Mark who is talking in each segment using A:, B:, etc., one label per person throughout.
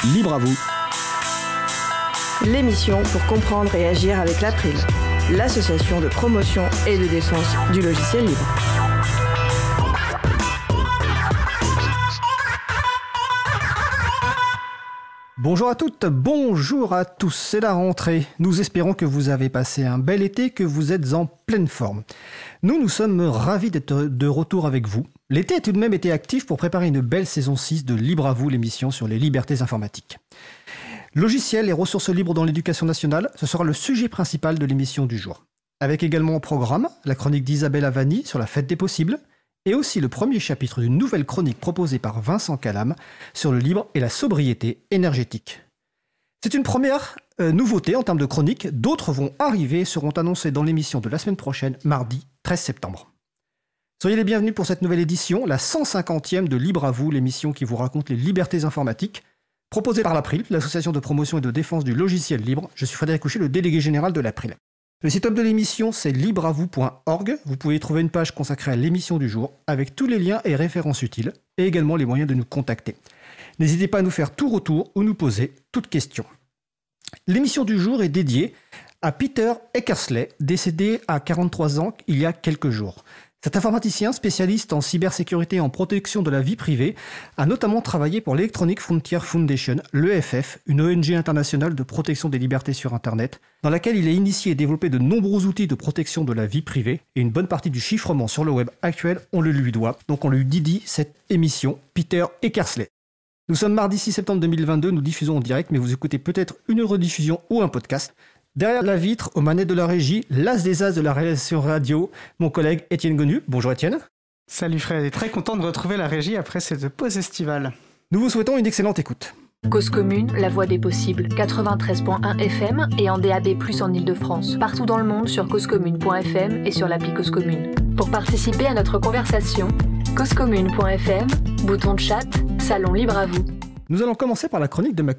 A: Libre à vous.
B: L'émission pour comprendre et agir avec l'April, l'association de promotion et de défense du logiciel libre.
A: Bonjour à toutes, bonjour à tous, c'est la rentrée. Nous espérons que vous avez passé un bel été, que vous êtes en pleine forme. Nous sommes ravis d'être de retour avec vous. L'été a tout de même été actif pour préparer une belle saison 6 de Libre à vous, l'émission sur les libertés informatiques. Logiciels et ressources libres dans l'éducation nationale, ce sera le sujet principal de l'émission du jour. Avec également au programme la chronique d'Isabelle Avani sur la fête des possibles, et aussi le premier chapitre d'une nouvelle chronique proposée par Vincent Calam sur le libre et la sobriété énergétique. C'est une première nouveauté en termes de chronique, d'autres vont arriver et seront annoncées dans l'émission de la semaine prochaine, mardi 13 septembre. Soyez les bienvenus pour cette nouvelle édition, la 150e de Libre à vous, l'émission qui vous raconte les libertés informatiques, proposée par l'April, l'association de promotion et de défense du logiciel libre. Je suis Frédéric Couchet, le délégué général de l'April. Le site web de l'émission, c'est libreavou.org. Vous pouvez y trouver une page consacrée à l'émission du jour, avec tous les liens et références utiles, et également les moyens de nous contacter. N'hésitez pas à nous faire tout retour ou nous poser toute question. L'émission du jour est dédiée à Peter Eckersley, décédé à 43 ans il y a quelques jours. Cet informaticien spécialiste en cybersécurité et en protection de la vie privée a notamment travaillé pour l'Electronic Frontier Foundation, l'EFF, une ONG internationale de protection des libertés sur Internet, dans laquelle il a initié et développé de nombreux outils de protection de la vie privée, et une bonne partie du chiffrement sur le web actuel, on le lui doit. Donc on lui dédie cette émission, Peter Eckersley. Nous sommes mardi 6 septembre 2022, nous diffusons en direct, mais vous écoutez peut-être une rediffusion ou un podcast. Derrière la vitre, aux manettes de la régie, l'as des as de la réalisation radio, mon collègue Étienne Gonu. Bonjour Étienne.
C: Salut Fred, et très content de retrouver la régie après cette pause estivale.
A: Nous vous souhaitons une excellente écoute.
D: Cause commune, la voix des possibles, 93.1 FM et en DAB+, en Ile-de-France. Partout dans le monde sur causecommune.fm et sur l'appli Cause Commune. Pour participer à notre conversation, causecommune.fm, bouton de chat, salon libre à vous.
A: Nous allons commencer par la chronique de ma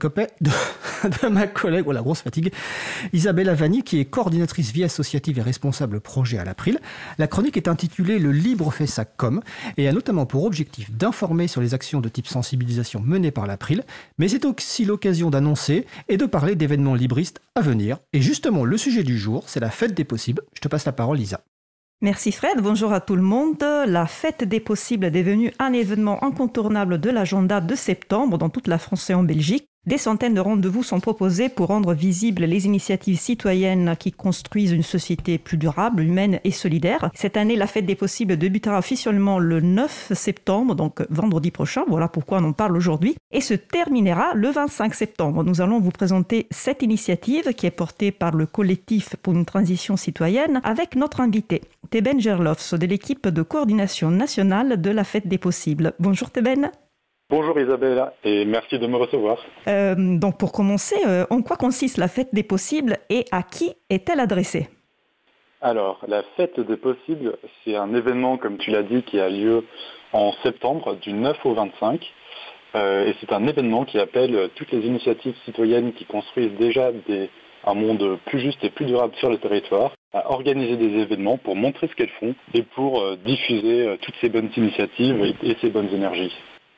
A: collègue, la grosse fatigue, Isabelle Avani, qui est coordinatrice vie associative et responsable projet à l'April. La chronique est intitulée « Le libre fait sa com » et a notamment pour objectif d'informer sur les actions de type sensibilisation menées par l'April, mais c'est aussi l'occasion d'annoncer et de parler d'événements libristes à venir. Et justement, le sujet du jour, c'est la fête des possibles. Je te passe la parole, Isa.
E: Merci Fred, bonjour à tout le monde. La fête des possibles est devenue un événement incontournable de l'agenda de septembre dans toute la France et en Belgique. Des centaines de rendez-vous sont proposés pour rendre visibles les initiatives citoyennes qui construisent une société plus durable, humaine et solidaire. Cette année, la fête des possibles débutera officiellement le 9 septembre, donc vendredi prochain. Voilà pourquoi on en parle aujourd'hui. Et se terminera le 25 septembre. Nous allons vous présenter cette initiative qui est portée par le collectif pour une transition citoyenne avec notre invité, Teben Gerlofs, de l'équipe de coordination nationale de la fête des possibles. Bonjour Teben.
F: Bonjour Isabelle et merci de me recevoir.
E: Donc pour commencer, en quoi consiste la fête des possibles et à qui est-elle adressée ?
F: Alors, la fête des possibles, c'est un événement, comme tu l'as dit, qui a lieu en septembre, du 9 au 25. Et c'est un événement qui appelle toutes les initiatives citoyennes qui construisent déjà un monde plus juste et plus durable sur le territoire à organiser des événements pour montrer ce qu'elles font et pour diffuser toutes ces bonnes initiatives et ces bonnes énergies.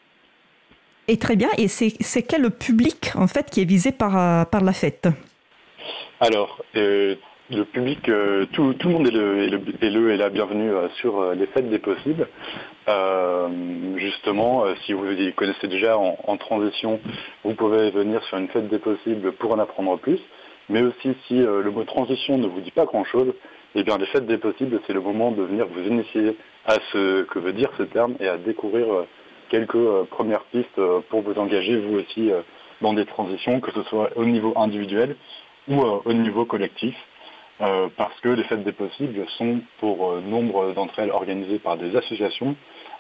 E: Et très bien, et c'est quel public en fait qui est visé par la fête ?
F: Alors, le public, tout le monde est la bienvenue sur les fêtes des possibles. Justement, si vous y connaissez déjà en transition, vous pouvez venir sur une fête des possibles pour en apprendre plus. Mais aussi, si le mot transition ne vous dit pas grand-chose, eh bien les fêtes des possibles, c'est le moment de venir vous initier à ce que veut dire ce terme et à découvrir quelques premières pistes pour vous engager vous aussi dans des transitions, que ce soit au niveau individuel ou au niveau collectif, parce que les fêtes des possibles sont pour nombre d'entre elles organisées par des associations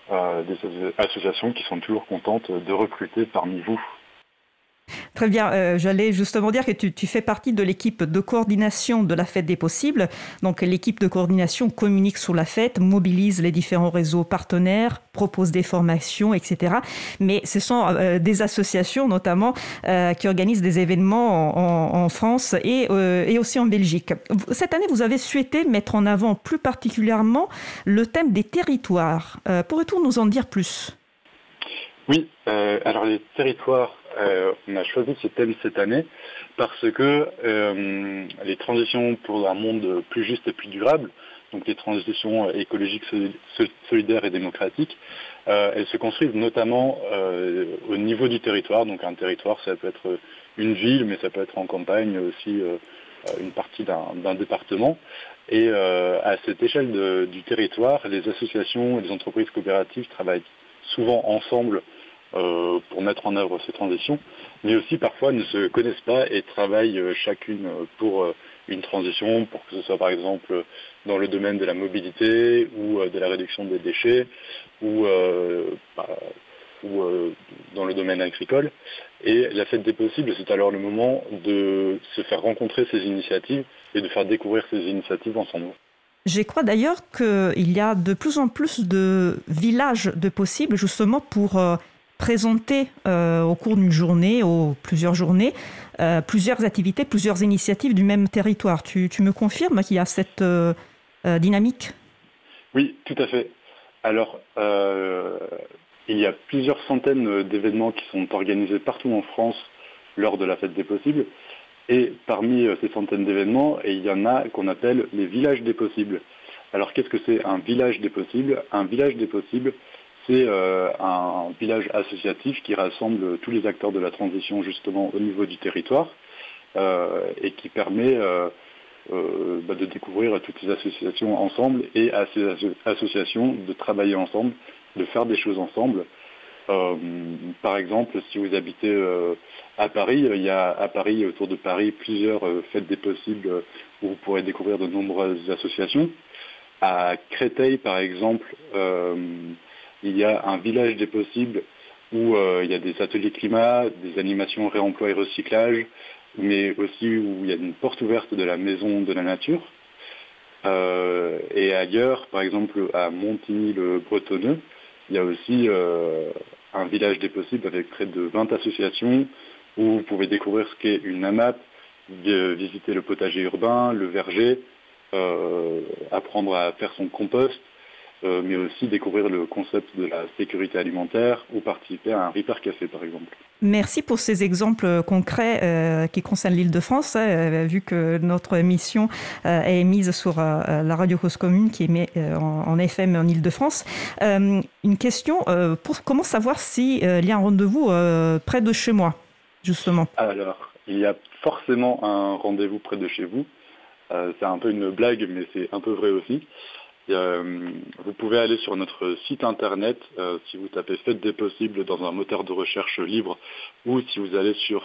F: qui sont toujours contentes de recruter parmi vous.
E: Très bien, j'allais justement dire que tu fais partie de l'équipe de coordination de la fête des possibles. Donc l'équipe de coordination communique sur la fête, mobilise les différents réseaux partenaires, propose des formations, etc. Mais ce sont des associations notamment qui organisent des événements en France et aussi en Belgique. Cette année, vous avez souhaité mettre en avant plus particulièrement le thème des territoires. Pourrais-tu nous en dire plus ?
F: Oui, alors les territoires, on a choisi ce thème cette année parce que les transitions pour un monde plus juste et plus durable, donc les transitions écologiques, solidaires et démocratiques, elles se construisent notamment au niveau du territoire. Donc un territoire, ça peut être une ville, mais ça peut être en campagne aussi une partie d'un département. Et à cette échelle du territoire, les associations et les entreprises coopératives travaillent souvent ensemble pour mettre en œuvre ces transitions, mais aussi parfois ne se connaissent pas et travaillent chacune pour une transition, pour que ce soit par exemple dans le domaine de la mobilité ou de la réduction des déchets ou dans le domaine agricole. Et la fête des possibles, c'est alors le moment de se faire rencontrer ces initiatives et de faire découvrir ces initiatives ensemble.
E: Je crois d'ailleurs qu'il y a de plus en plus de villages de possibles justement pour présenter au cours d'une journée ou plusieurs journées plusieurs activités, plusieurs initiatives du même territoire. Tu me confirmes qu'il y a cette dynamique ?
F: Oui, tout à fait. Alors, il y a plusieurs centaines d'événements qui sont organisés partout en France lors de la fête des possibles. Et parmi ces centaines d'événements, il y en a qu'on appelle les villages des possibles. Alors qu'est-ce que c'est un village des possibles ? Un village des possibles, c'est un village associatif qui rassemble tous les acteurs de la transition justement au niveau du territoire et qui permet de découvrir toutes ces associations ensemble et à ces associations de travailler ensemble, de faire des choses ensemble. Par exemple, si vous habitez à Paris, il y a à Paris, autour de Paris, plusieurs fêtes des possibles où vous pourrez découvrir de nombreuses associations. À Créteil, par exemple, il y a un village des possibles où il y a des ateliers climat, des animations réemploi et recyclage, mais aussi où il y a une porte ouverte de la maison de la nature. Et ailleurs, par exemple à Montigny-le-Bretonneux, il y a aussi un village des possibles avec près de 20 associations où vous pouvez découvrir ce qu'est une AMAP, visiter le potager urbain, le verger, apprendre à faire son compost, mais aussi découvrir le concept de la sécurité alimentaire ou participer à un Repair Café par exemple.
E: Merci pour ces exemples concrets qui concernent l'Île-de-France, vu que notre émission est émise sur la radio Cause Commune qui émet en FM en Île-de-France. Une question, comment savoir s'il y a un rendez-vous près de chez moi, justement ?
F: Alors, il y a forcément un rendez-vous près de chez vous. C'est un peu une blague, mais c'est un peu vrai aussi. Vous pouvez aller sur notre site internet, si vous tapez Fête des possibles dans un moteur de recherche libre, ou si vous allez sur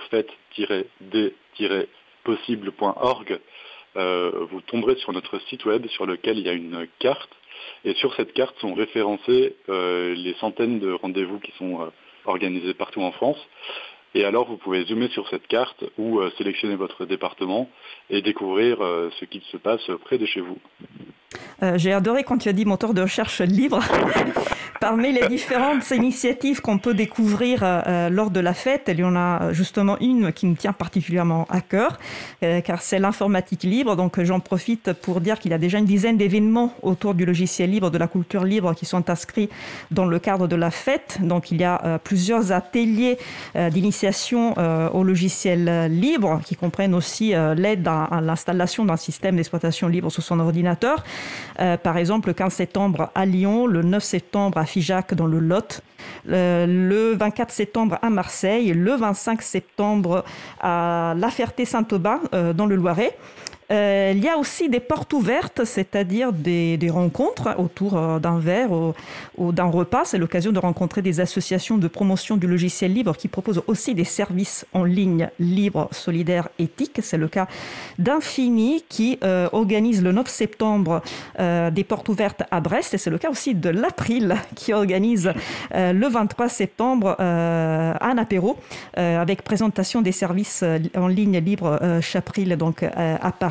F: fête-des-possibles.org, vous tomberez sur notre site web sur lequel il y a une carte, et sur cette carte sont référencés les centaines de rendez-vous qui sont organisés partout en France. Et alors, vous pouvez zoomer sur cette carte ou sélectionner votre département et découvrir ce qui se passe près de chez vous.
E: J'ai adoré quand tu as dit moteur de recherche libre. Parmi les différentes initiatives qu'on peut découvrir lors de la fête, il y en a justement une qui me tient particulièrement à cœur, car c'est l'informatique libre. Donc j'en profite pour dire qu'il y a déjà une dizaine d'événements autour du logiciel libre, de la culture libre, qui sont inscrits dans le cadre de la fête. Donc il y a plusieurs ateliers d'initiation au logiciel libre, qui comprennent aussi l'aide à l'installation d'un système d'exploitation libre sur son ordinateur. Par exemple, le 15 septembre à Lyon, le 9 septembre à Figeac dans le Lot, le 24 septembre à Marseille, le 25 septembre à La Ferté-Saint-Aubin dans le Loiret. Il y a aussi des portes ouvertes, c'est-à-dire des rencontres autour d'un verre ou d'un repas. C'est l'occasion de rencontrer des associations de promotion du logiciel libre qui proposent aussi des services en ligne libres, solidaires, éthiques. C'est le cas d'Infini qui organise le 9 septembre des portes ouvertes à Brest. Et c'est le cas aussi de l'April qui organise le 23 septembre un apéro avec présentation des services en ligne libres Chapril donc à Paris.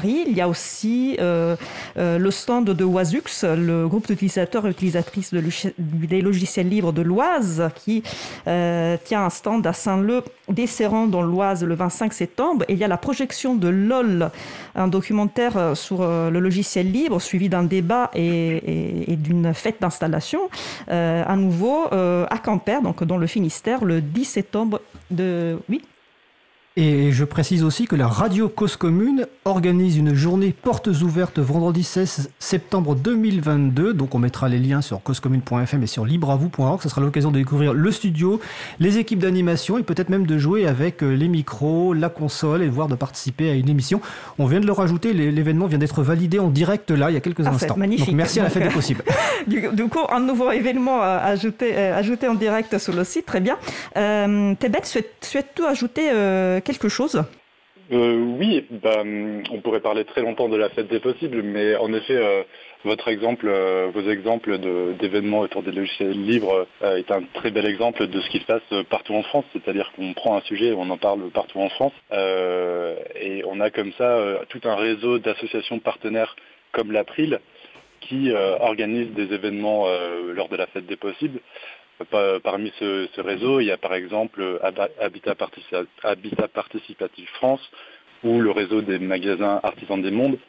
E: Paris. Il y a aussi le stand de Oisux, le groupe d'utilisateurs et utilisatrices des logiciels libres de l'Oise, qui tient un stand à Saint-Leu-des-Serrans dans l'Oise le 25 septembre. Et il y a la projection de LOL, un documentaire sur le logiciel libre, suivi d'un débat et d'une fête d'installation, à nouveau à Quimper, donc dans le Finistère, le 10 septembre Oui.
A: Et je précise aussi que la radio Cause Commune organise une journée portes ouvertes vendredi 16 septembre 2022. Donc on mettra les liens sur causecommune.fm et sur libreavoue.org. Ce sera l'occasion de découvrir le studio, les équipes d'animation et peut-être même de jouer avec les micros, la console et voire de participer à une émission. On vient de le rajouter, l'événement vient d'être validé en direct là il y a quelques instants.
E: Magnifique.
A: Donc merci à la Fête des Possibles.
E: Du coup, un nouveau événement ajouté en direct sur le site, très bien. Tébet, souhaites-tu ajouter quelque chose ?
F: Oui, on pourrait parler très longtemps de la Fête des Possibles, mais en effet, vos exemples d'événements autour des logiciels libres est un très bel exemple de ce qui se passe partout en France, c'est-à-dire qu'on prend un sujet et on en parle partout en France, et on a comme ça tout un réseau d'associations partenaires comme l'April qui organise des événements lors de la Fête des Possibles. Parmi ce réseau, il y a par exemple Habitat Participatif France ou le réseau des magasins artisans du monde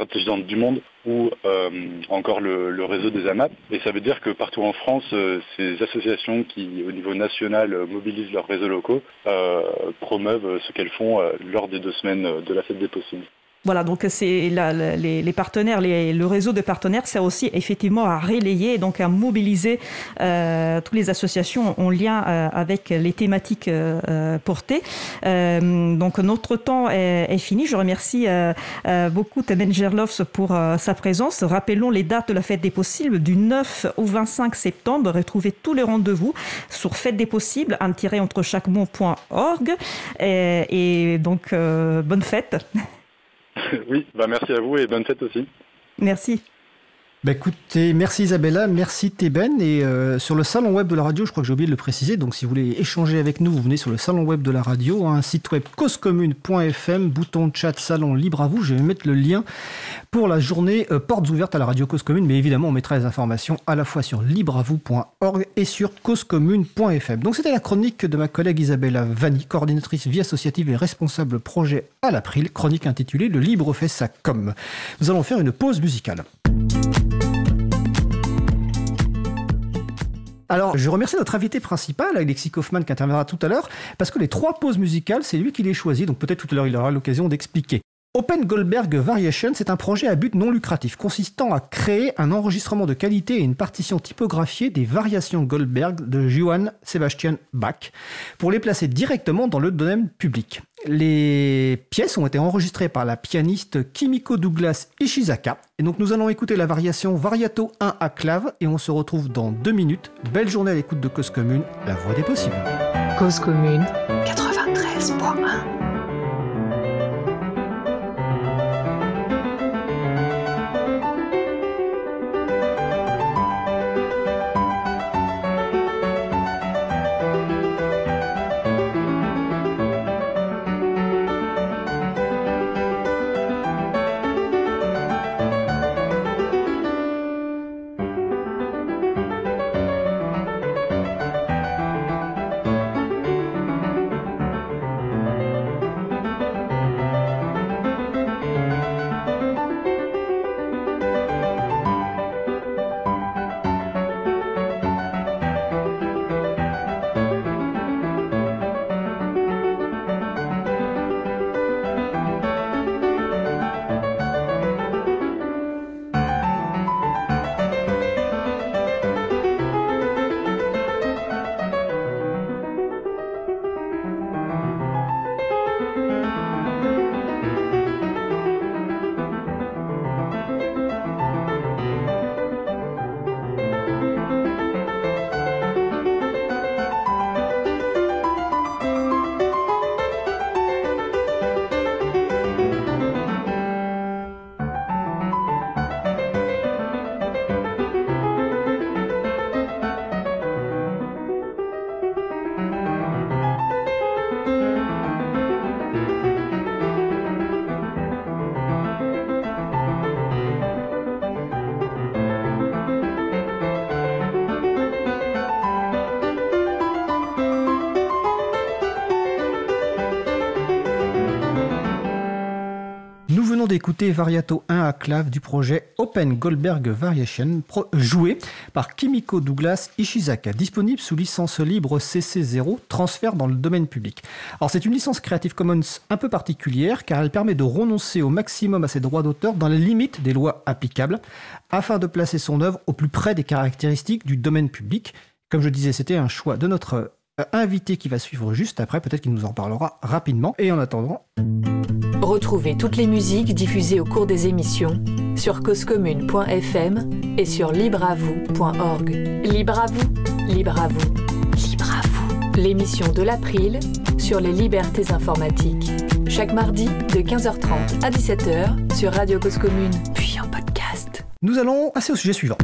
F: ou encore le réseau des AMAP. Et ça veut dire que partout en France, ces associations qui, au niveau national, mobilisent leurs réseaux locaux, promeuvent ce qu'elles font lors des 2 semaines de la Fête des Possibles.
E: Voilà, donc c'est les partenaires, le réseau de partenaires sert aussi effectivement à relayer et donc à mobiliser toutes les associations en lien avec les thématiques portées. Donc notre temps est fini. Je remercie beaucoup Tébet Gerlofs pour sa présence. Rappelons les dates de la Fête des Possibles du 9 au 25 septembre. Retrouvez tous les rendez-vous sur fêtedespossibles-entrechaquemot.org et donc bonne fête.
F: Oui, merci à vous et bonne fête aussi.
E: Merci.
A: Écoutez, merci Isabella, merci Tében. Et sur le salon web de la radio, je crois que j'ai oublié de le préciser, donc si vous voulez échanger avec nous, vous venez sur le salon web de la radio, un site web causecommune.fm, bouton chat, salon libre à vous. Je vais mettre le lien pour la journée portes ouvertes à la radio Cause Commune, mais évidemment on mettra les informations à la fois sur libreavoue.org et sur causecommune.fm. Donc c'était la chronique de ma collègue Isabella Vanni, coordinatrice vie associative et responsable projet à l'April, chronique intitulée Le libre fait sa com. Nous allons faire une pause musicale. Alors, je remercie notre invité principal, Alexis Kaufmann, qui interviendra tout à l'heure, parce que les 3 pauses musicales, c'est lui qui les choisit, donc peut-être tout à l'heure il aura l'occasion d'expliquer. Open Goldberg Variation, c'est un projet à but non lucratif consistant à créer un enregistrement de qualité et une partition typographiée des variations Goldberg de Johann Sebastian Bach pour les placer directement dans le domaine public. Les pièces ont été enregistrées par la pianiste Kimiko Douglas Ishizaka. Et donc nous allons écouter la variation Variato 1 à clave et on se retrouve dans 2 minutes. Belle journée à l'écoute de Cause Commune, la voix des possibles.
G: Cause Commune 93.1.
A: venons d'écouter Variato 1 à clave du projet Open Goldberg Variation, joué par Kimiko Douglas Ishizaka, disponible sous licence libre CC0, transfert dans le domaine public. Alors c'est une licence Creative Commons un peu particulière car elle permet de renoncer au maximum à ses droits d'auteur dans les limites des lois applicables afin de placer son œuvre au plus près des caractéristiques du domaine public. Comme je disais, c'était un choix de notre invité qui va suivre juste après, peut-être qu'il nous en parlera rapidement. Et en attendant...
D: Retrouvez toutes les musiques diffusées au cours des émissions sur causecommune.fm et sur libreavou.org. Libre à vous, libre à vous, libre à vous. L'émission de l'April sur les libertés informatiques. Chaque mardi de 15h30 à 17h sur Radio Cause Commune, puis en podcast.
A: Nous allons passer au sujet suivant.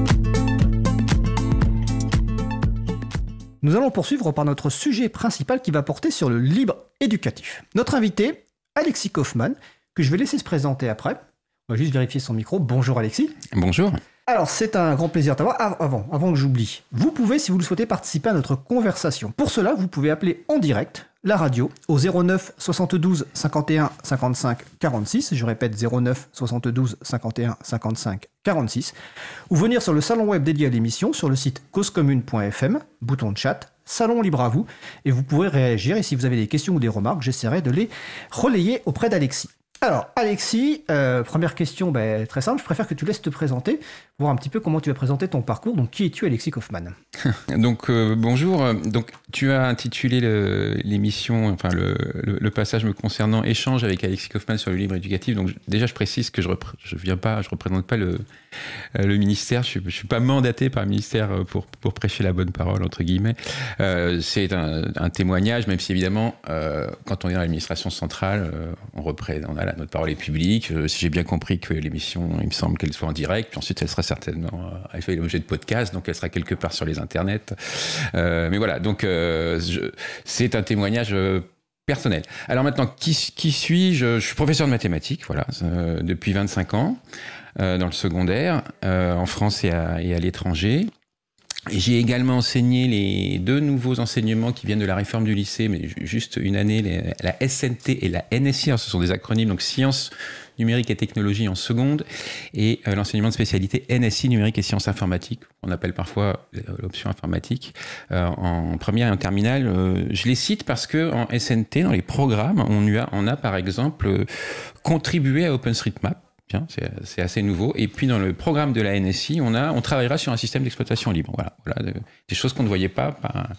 A: Nous allons poursuivre par notre sujet principal qui va porter sur le libre éducatif. Notre invité, Alexis Kaufmann, que je vais laisser se présenter après. On va juste vérifier son micro. Bonjour Alexis.
H: Bonjour.
A: Alors, c'est un grand plaisir de t'avoir. Avant que j'oublie, vous pouvez, si vous le souhaitez, participer à notre conversation. Pour cela, vous pouvez appeler en direct la radio au 09 72 51 55 46. Je répète, 09 72 51 55 46. Ou venir sur le salon web dédié à l'émission sur le site causecommune.fm, bouton de chat, salon libre à vous. Et vous pourrez réagir. Et si vous avez des questions ou des remarques, j'essaierai de les relayer auprès d'Alexis. Alors, Alexis, première question très simple. Je préfère que tu laisses te présenter, voir un petit peu comment tu vas présenter ton parcours. Donc, qui es-tu, Alexis Kaufmann ?
H: Donc, bonjour. Donc, tu as intitulé l'émission, enfin le passage me concernant, échange avec Alexis Kaufmann sur le libre éducatif. Donc, déjà, je précise que je représente pas le ministère. Je suis pas mandaté par le ministère pour prêcher la bonne parole, entre guillemets. C'est un témoignage, même si évidemment, quand on est dans l'administration centrale, on a notre parole est publique. Si j'ai bien compris que l'émission, il me semble qu'elle soit en direct, puis ensuite elle sera certainement, elle fait l'objet de podcast, donc elle sera quelque part sur les internets. Mais voilà, donc c'est un témoignage personnel. Alors maintenant, qui suis-je ? Je suis professeur de mathématiques, voilà, depuis 25 ans, dans le secondaire, en France et à l'étranger. Et j'ai également enseigné les 2 nouveaux enseignements qui viennent de la réforme du lycée, mais juste une année, la SNT et la NSI. Alors, ce sont des acronymes, donc sciences numériques et technologies en seconde, et l'enseignement de spécialité NSI, numérique et sciences informatiques, on appelle parfois l'option informatique, en première et en terminale. Je les cite parce que en SNT, dans les programmes, on a par exemple contribué à OpenStreetMap. Bien, c'est assez nouveau. Et puis dans le programme de la NSI, on travaillera sur un système d'exploitation libre. Voilà, des choses qu'on ne voyait pas,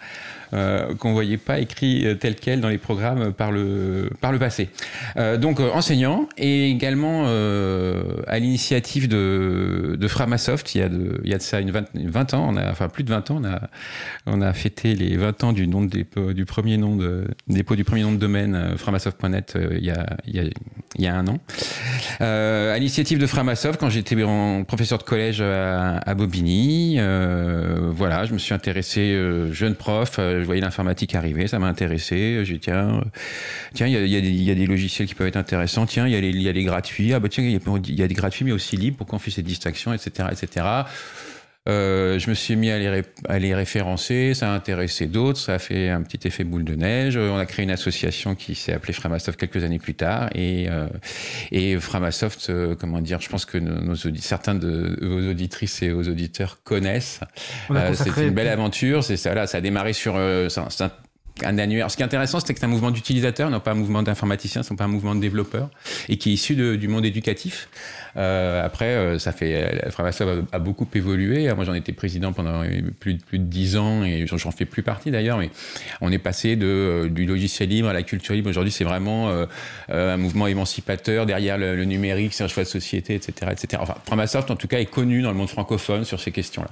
H: écrit tel quel dans les programmes par le passé. Donc enseignant, et également à l'initiative de Framasoft, il y a de ça 20 ans, plus de 20 ans, on a fêté les 20 ans du premier nom de domaine Framasoft.net il y a un an. À l'initiative de Framasoft, quand j'étais professeur de collège à Bobigny, je me suis intéressé, jeune prof, je voyais l'informatique arriver, ça m'a intéressé. J'ai dit tiens, il y a des logiciels qui peuvent être intéressants. Tiens, il y a les gratuits. Il y a des gratuits, mais aussi libres. Pourquoi on fait ces distinctions, etc., etc. Je me suis mis à les référencer, ça a intéressé d'autres, ça a fait un petit effet boule de neige. On a créé une association qui s'est appelée Framasoft quelques années plus tard, et Framasoft, je pense que certains de vos auditrices et vos auditeurs connaissent. C'est une belle aventure, ça a démarré sur un annuaire. Ce qui est intéressant, c'est que c'est un mouvement d'utilisateurs, non pas un mouvement d'informaticiens, ce n'est pas un mouvement de développeurs, et qui est issu du monde éducatif. Après, Framasoft a beaucoup évolué. Moi, j'en étais président pendant plus de 10 ans, et j'en fais plus partie d'ailleurs, mais on est passé du logiciel libre à la culture libre. Aujourd'hui, c'est vraiment un mouvement émancipateur. Derrière le numérique, c'est un choix de société, etc., etc. Enfin, Framasoft, en tout cas, est connu dans le monde francophone sur ces questions-là.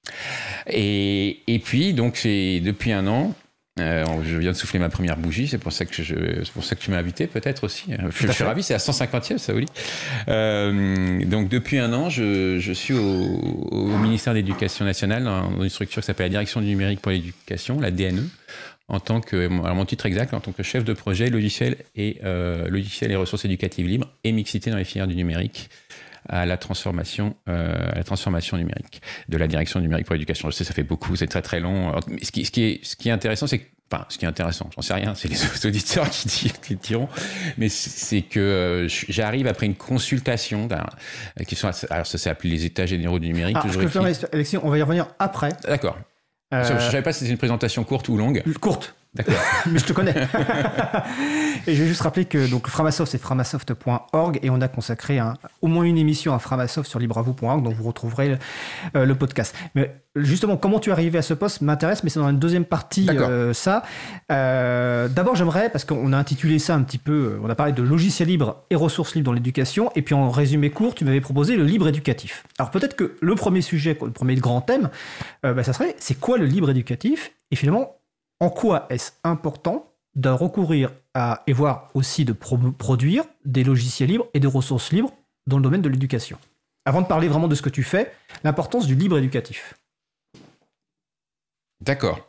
H: Et puis, donc, c'est depuis un an, je viens de souffler ma première bougie, c'est pour ça que tu m'as invité peut-être aussi. Je suis ravi, c'est la 150e, Saouli. Donc depuis un an, je suis au ministère de l'Éducation nationale dans une structure qui s'appelle la Direction du numérique pour l'éducation, la DNE, alors mon titre exact, en tant que chef de projet logiciel et ressources éducatives libres et mixité dans les filières du numérique, à la transformation numérique de la Direction du numérique pour l'éducation. Je sais, ça fait beaucoup, c'est très très long. Alors, ce qui est intéressant, c'est que enfin, ce qui est intéressant, j'en sais rien, c'est les auditeurs qui diront, mais c'est que j'arrive après une consultation alors ça s'est appelé les états généraux du numérique.
A: Je peux faire, Alexis, on va y revenir après.
H: D'accord. Je ne savais pas si c'était une présentation courte ou longue.
A: Courte.
H: D'accord.
A: Mais je te connais. Et je vais juste rappeler que donc, Framasoft, c'est framasoft.org et on a consacré au moins une émission à Framasoft sur libravou.org, dont vous retrouverez le podcast. Mais justement, comment tu es arrivé à ce poste m'intéresse, mais c'est dans une deuxième partie ça. D'abord, j'aimerais, parce qu'on a intitulé ça un petit peu, on a parlé de logiciels libres et ressources libres dans l'éducation, et puis en résumé court, tu m'avais proposé le libre éducatif. Alors peut-être que le premier sujet, le premier grand thème, ça serait, c'est quoi le libre éducatif ? Et finalement, en quoi est-ce important de recourir à, et voire aussi de produire des logiciels libres et des ressources libres dans le domaine de l'éducation ? Avant de parler vraiment de ce que tu fais, l'importance du libre éducatif.
H: D'accord.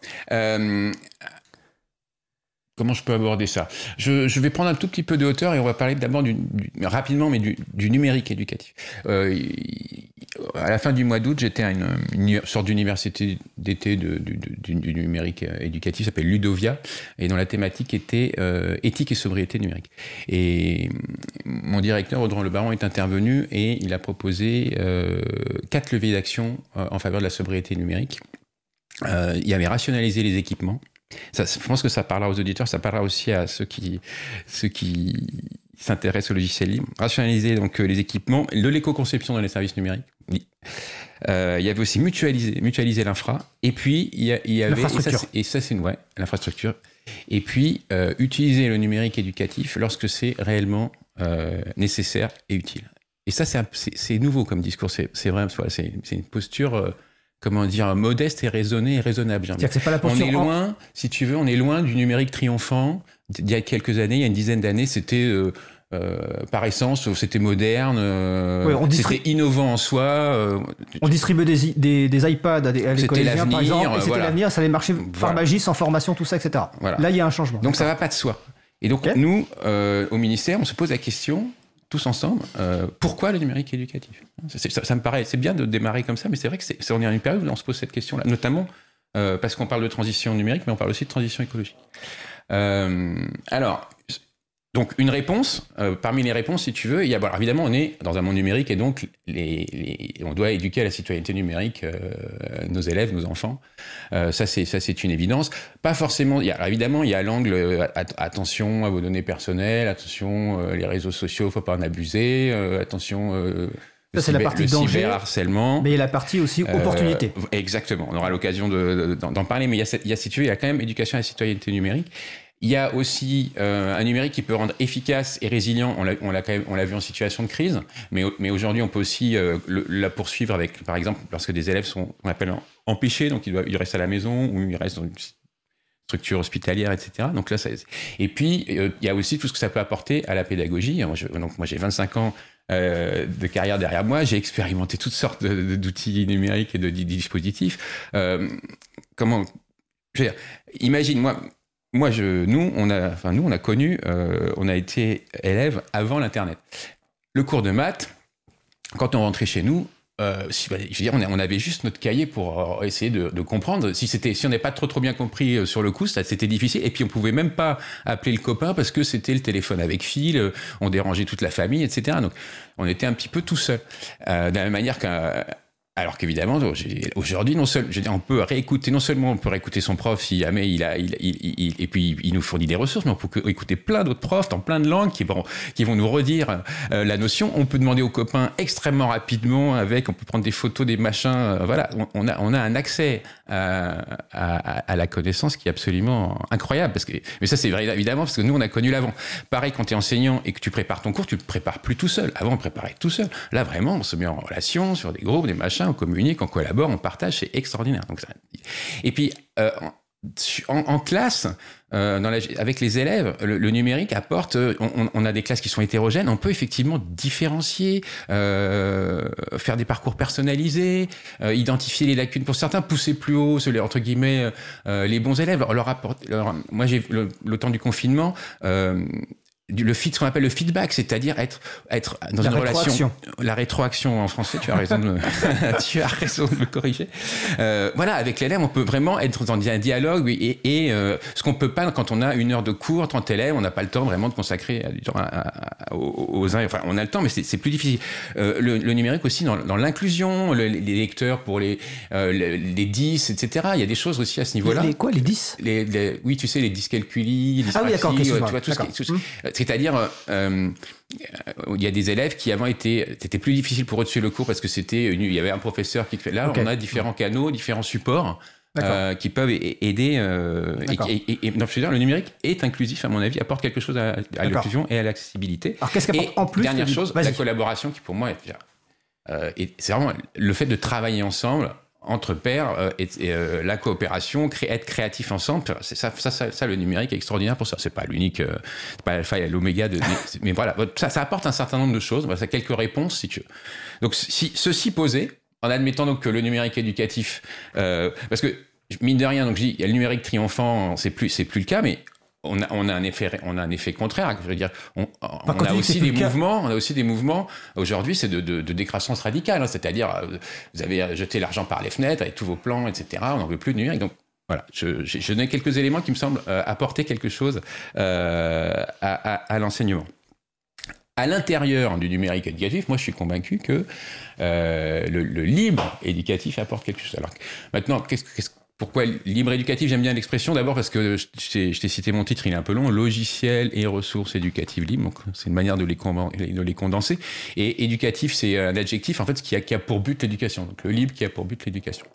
H: Comment je peux aborder ça ? Je vais prendre un tout petit peu de hauteur et on va parler d'abord rapidement, mais du numérique éducatif. À la fin du mois d'août, j'étais à une sorte d'université d'été du numérique éducatif, ça s'appelle Ludovia, et dont la thématique était éthique et sobriété numérique. Et mon directeur, Audran Le Baron, est intervenu et il a proposé 4 leviers d'action en faveur de la sobriété numérique. Il y avait rationaliser les équipements. Ça, je pense que ça parlera aux auditeurs, ça parlera aussi à ceux qui s'intéressent au logiciel libre. Rationaliser donc les équipements, de l'éco-conception dans les services numériques. Oui. Il y avait aussi mutualiser l'infra. Et puis il y avait
A: l'infrastructure.
H: L'infrastructure. Et puis utiliser le numérique éducatif lorsque c'est réellement nécessaire et utile. Et ça c'est nouveau comme discours. C'est vrai, c'est une posture. Comment dire, modeste et raisonnée et raisonnable.
A: C'est-à-dire que c'est pas la posture.
H: On est loin, si tu veux, du numérique triomphant. Il y a quelques années, il y a une dizaine d'années, c'était par essence, c'était moderne, c'était innovant en soi.
A: On distribuait des iPads à des collégiens, par exemple, et c'était l'avenir, ça allait marcher Pharmagie, sans formation, tout ça, etc. Voilà. Là, il y a un changement.
H: Donc ça va pas de soi. Et donc nous, au ministère, on se pose la question, tous ensemble, pourquoi le numérique éducatif ? Ça me paraît, c'est bien de démarrer comme ça, mais c'est vrai que on est à une période où on se pose cette question-là, notamment parce qu'on parle de transition numérique, mais on parle aussi de transition écologique. Alors, donc une réponse, parmi les réponses, si tu veux, il y a, alors évidemment, on est dans un monde numérique et donc on doit éduquer à la citoyenneté numérique nos élèves, nos enfants. Ça c'est une évidence. Pas forcément. Évidemment, il y a l'angle attention à vos données personnelles, attention les réseaux sociaux, faut pas en abuser, attention.
A: Ça, c'est la partie danger,
H: cyberharcèlement.
A: Mais il y a la partie aussi opportunité.
H: Exactement. On aura l'occasion d'en parler, mais il y a, si tu veux, il y a quand même éducation à la citoyenneté numérique. Il y a aussi un numérique qui peut rendre efficace et résilient. On l'a vu en situation de crise, mais aujourd'hui, on peut aussi la poursuivre avec, par exemple, lorsque des élèves sont, on appelle empêchés, donc ils restent à la maison ou ils restent dans une structure hospitalière, etc. Donc là, et puis il y a aussi tout ce que ça peut apporter à la pédagogie. Moi, j'ai 25 ans de carrière derrière moi. J'ai expérimenté toutes sortes d'outils numériques et de dispositifs. Imagine, nous, on a connu, on a été élèves avant l'Internet. Le cours de maths, quand on rentrait chez nous, on avait juste notre cahier pour essayer de comprendre. Si on n'avait pas trop bien compris sur le coup, c'était difficile. Et puis on pouvait même pas appeler le copain parce que c'était le téléphone avec fil, on dérangeait toute la famille, etc. Donc on était un petit peu tout seul. De la même manière alors qu'évidemment, aujourd'hui, on peut réécouter, non seulement on peut réécouter son prof si jamais et puis il nous fournit des ressources, mais on peut écouter plein d'autres profs dans plein de langues qui vont nous redire la notion. On peut demander aux copains extrêmement rapidement on peut prendre des photos, des machins, voilà. On a un accès à la connaissance qui est absolument incroyable mais ça c'est vrai évidemment parce que nous on a connu l'avant. Pareil, quand tu es enseignant et que tu prépares ton cours, tu le prépares plus tout seul. Avant on préparait tout seul. Là vraiment on se met en relation sur des groupes, des machins, on communique, on collabore, on partage, c'est extraordinaire. Donc et puis en classe, avec les élèves, le numérique apporte. On a des classes qui sont hétérogènes. On peut effectivement différencier, faire des parcours personnalisés, identifier les lacunes pour certains, pousser plus haut, entre guillemets, les bons élèves. Moi, j'ai le temps du confinement. ce qu'on appelle le feedback, c'est-à-dire être dans une relation. La rétroaction en français, tu as raison de me corriger. Voilà, avec l'élève, on peut vraiment être dans un dialogue et ce qu'on peut pas quand on a 1 heure de cours, 30 élèves, on n'a pas le temps vraiment de consacrer du temps aux uns. Enfin, on a le temps, mais c'est plus difficile. Le numérique aussi dans l'inclusion, les lecteurs pour les 10, etc. Il y a des choses aussi à ce niveau-là.
A: Les 10
H: oui, tu sais, les dyscalculies, les dyspraxies,
A: ah oui, d'accord,
H: tu vois, tout c'est-à-dire, il y a des élèves qui avant c'était plus difficile pour eux de suivre le cours parce que il y avait un professeur qui fait. Là, on a différents canaux, différents supports qui peuvent aider. Et donc, je veux dire, le numérique est inclusif, à mon avis, apporte quelque chose à l'inclusion et à l'accessibilité.
A: Alors, qu'est-ce qu'apporte en plus?
H: Dernière chose, la collaboration qui, pour moi, c'est vraiment le fait de travailler ensemble. Entre pairs la coopération, être créatif ensemble, ça le numérique est extraordinaire pour ça. C'est pas l'unique, c'est pas l'alpha et l'oméga mais voilà, ça apporte un certain nombre de choses. Ça a quelques réponses si tu veux. Donc ceci posé, en admettant donc que le numérique éducatif, parce que mine de rien, donc je dis, il y a le numérique triomphant, c'est plus le cas, mais on a un effet contraire. Je veux dire, on a aussi des mouvements. Aujourd'hui, c'est de décroissance radicale. Hein, c'est-à-dire, vous avez jeté l'argent par les fenêtres avec tous vos plans, etc. On n'en veut plus de numérique. Donc, voilà. Je donne quelques éléments qui me semblent apporter quelque chose à l'enseignement. À l'intérieur du numérique éducatif, moi, je suis convaincu que le libre éducatif apporte quelque chose. Alors, maintenant, pourquoi libre éducatif? J'aime bien l'expression, d'abord parce que je t'ai cité mon titre, il est un peu long, logiciels et ressources éducatives libres, donc c'est une manière de les condenser. Et éducatif, c'est un adjectif en fait qui a pour but l'éducation, donc le libre qui a pour but l'éducation.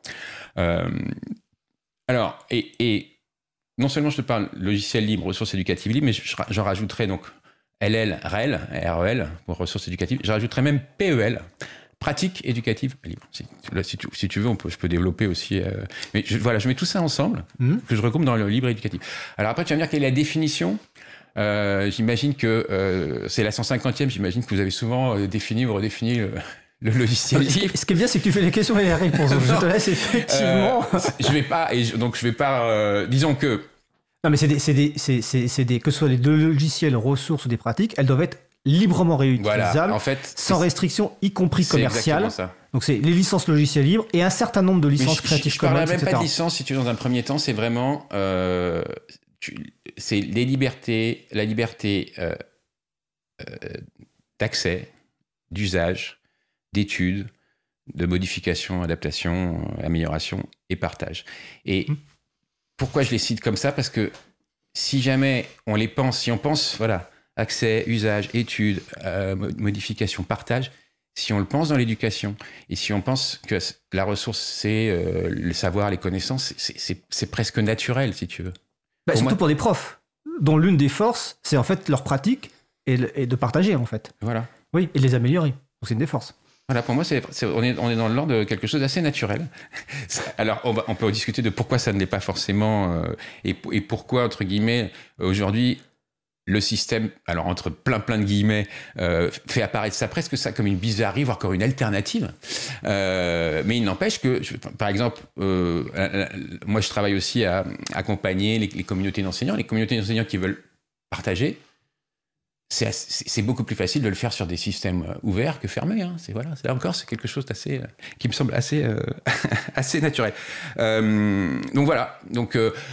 H: Alors, et non seulement je te parle logiciel libre, ressources éducatives libres, mais j'en rajouterai donc REL, pour ressources éducatives, je rajouterai même PEL, pratique éducative libre. Si tu veux, je peux développer aussi. Mais je mets tout ça ensemble, que je regroupe dans le libre éducatif. Alors après, tu vas me dire quelle est la définition. J'imagine que c'est la 150e. J'imagine que vous avez souvent défini ou redéfini le logiciel libre.
A: Ce qui est bien, c'est que tu fais les questions et les réponses. Donc je te laisse effectivement.
H: Je vais pas. Disons que.
A: Non, mais c'est des que ce soit les deux logiciels, ressources ou des pratiques, elles doivent être librement réutilisables, voilà, en fait, sans restriction, y compris commerciale. Donc c'est les licences logicielles libres et un certain nombre de licences Creative Commons, etc. Je ne parle même pas
H: de licence, si tu veux, dans un premier temps, c'est vraiment c'est la liberté d'accès, d'usage, d'études, de modification, adaptation, amélioration et partage. Et pourquoi je les cite comme ça? Parce que si jamais si on pense, voilà, accès, usage, études, modification, partage, si on le pense dans l'éducation, et si on pense que la ressource, c'est le savoir, les connaissances, c'est presque naturel, si tu veux.
A: Surtout pour des profs, dont l'une des forces, c'est en fait leur pratique et de partager, en fait.
H: Voilà.
A: Oui, et de les améliorer. Donc c'est une des forces.
H: Voilà, pour moi, on est dans l'ordre de quelque chose d'assez naturel. Alors, on peut discuter de pourquoi ça ne l'est pas forcément, et pourquoi, entre guillemets, aujourd'hui, le système, alors entre plein de guillemets, fait apparaître ça presque ça comme une bizarrerie, voire comme une alternative. Mais il n'empêche que, par exemple, moi je travaille aussi à accompagner les communautés d'enseignants. Les communautés d'enseignants qui veulent partager, c'est beaucoup plus facile de le faire sur des systèmes ouverts que fermés. Hein. Là encore, c'est quelque chose qui me semble assez naturel. Donc voilà. Donc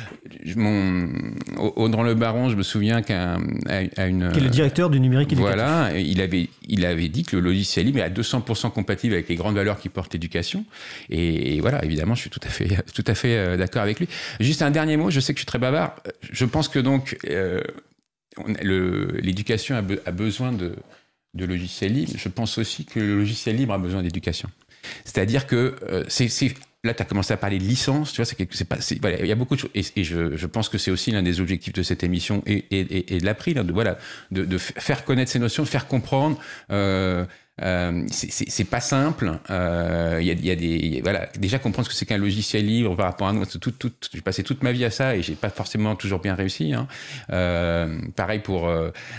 H: Audran Le Baron, je me souviens qui est
A: le directeur du numérique éducatif.
H: Voilà, il avait dit que le logiciel libre est à 200% compatible avec les grandes valeurs qui portent l'éducation. Et voilà, évidemment, je suis tout à fait d'accord avec lui. Juste un dernier mot. Je sais que je suis très bavard. Je pense que donc l'éducation a besoin de logiciels libres. Je pense aussi que le logiciel libre a besoin d'éducation. C'est-à-dire que là, tu as commencé à parler de licence, tu vois, voilà, il y a beaucoup de choses. Et je pense que c'est aussi l'un des objectifs de cette émission et de l'April, de faire connaître ces notions, de faire comprendre c'est pas simple. Voilà, déjà comprendre ce que c'est qu'un logiciel libre par rapport à nous. J'ai passé toute ma vie à ça et j'ai pas forcément toujours bien réussi. Hein. Pareil pour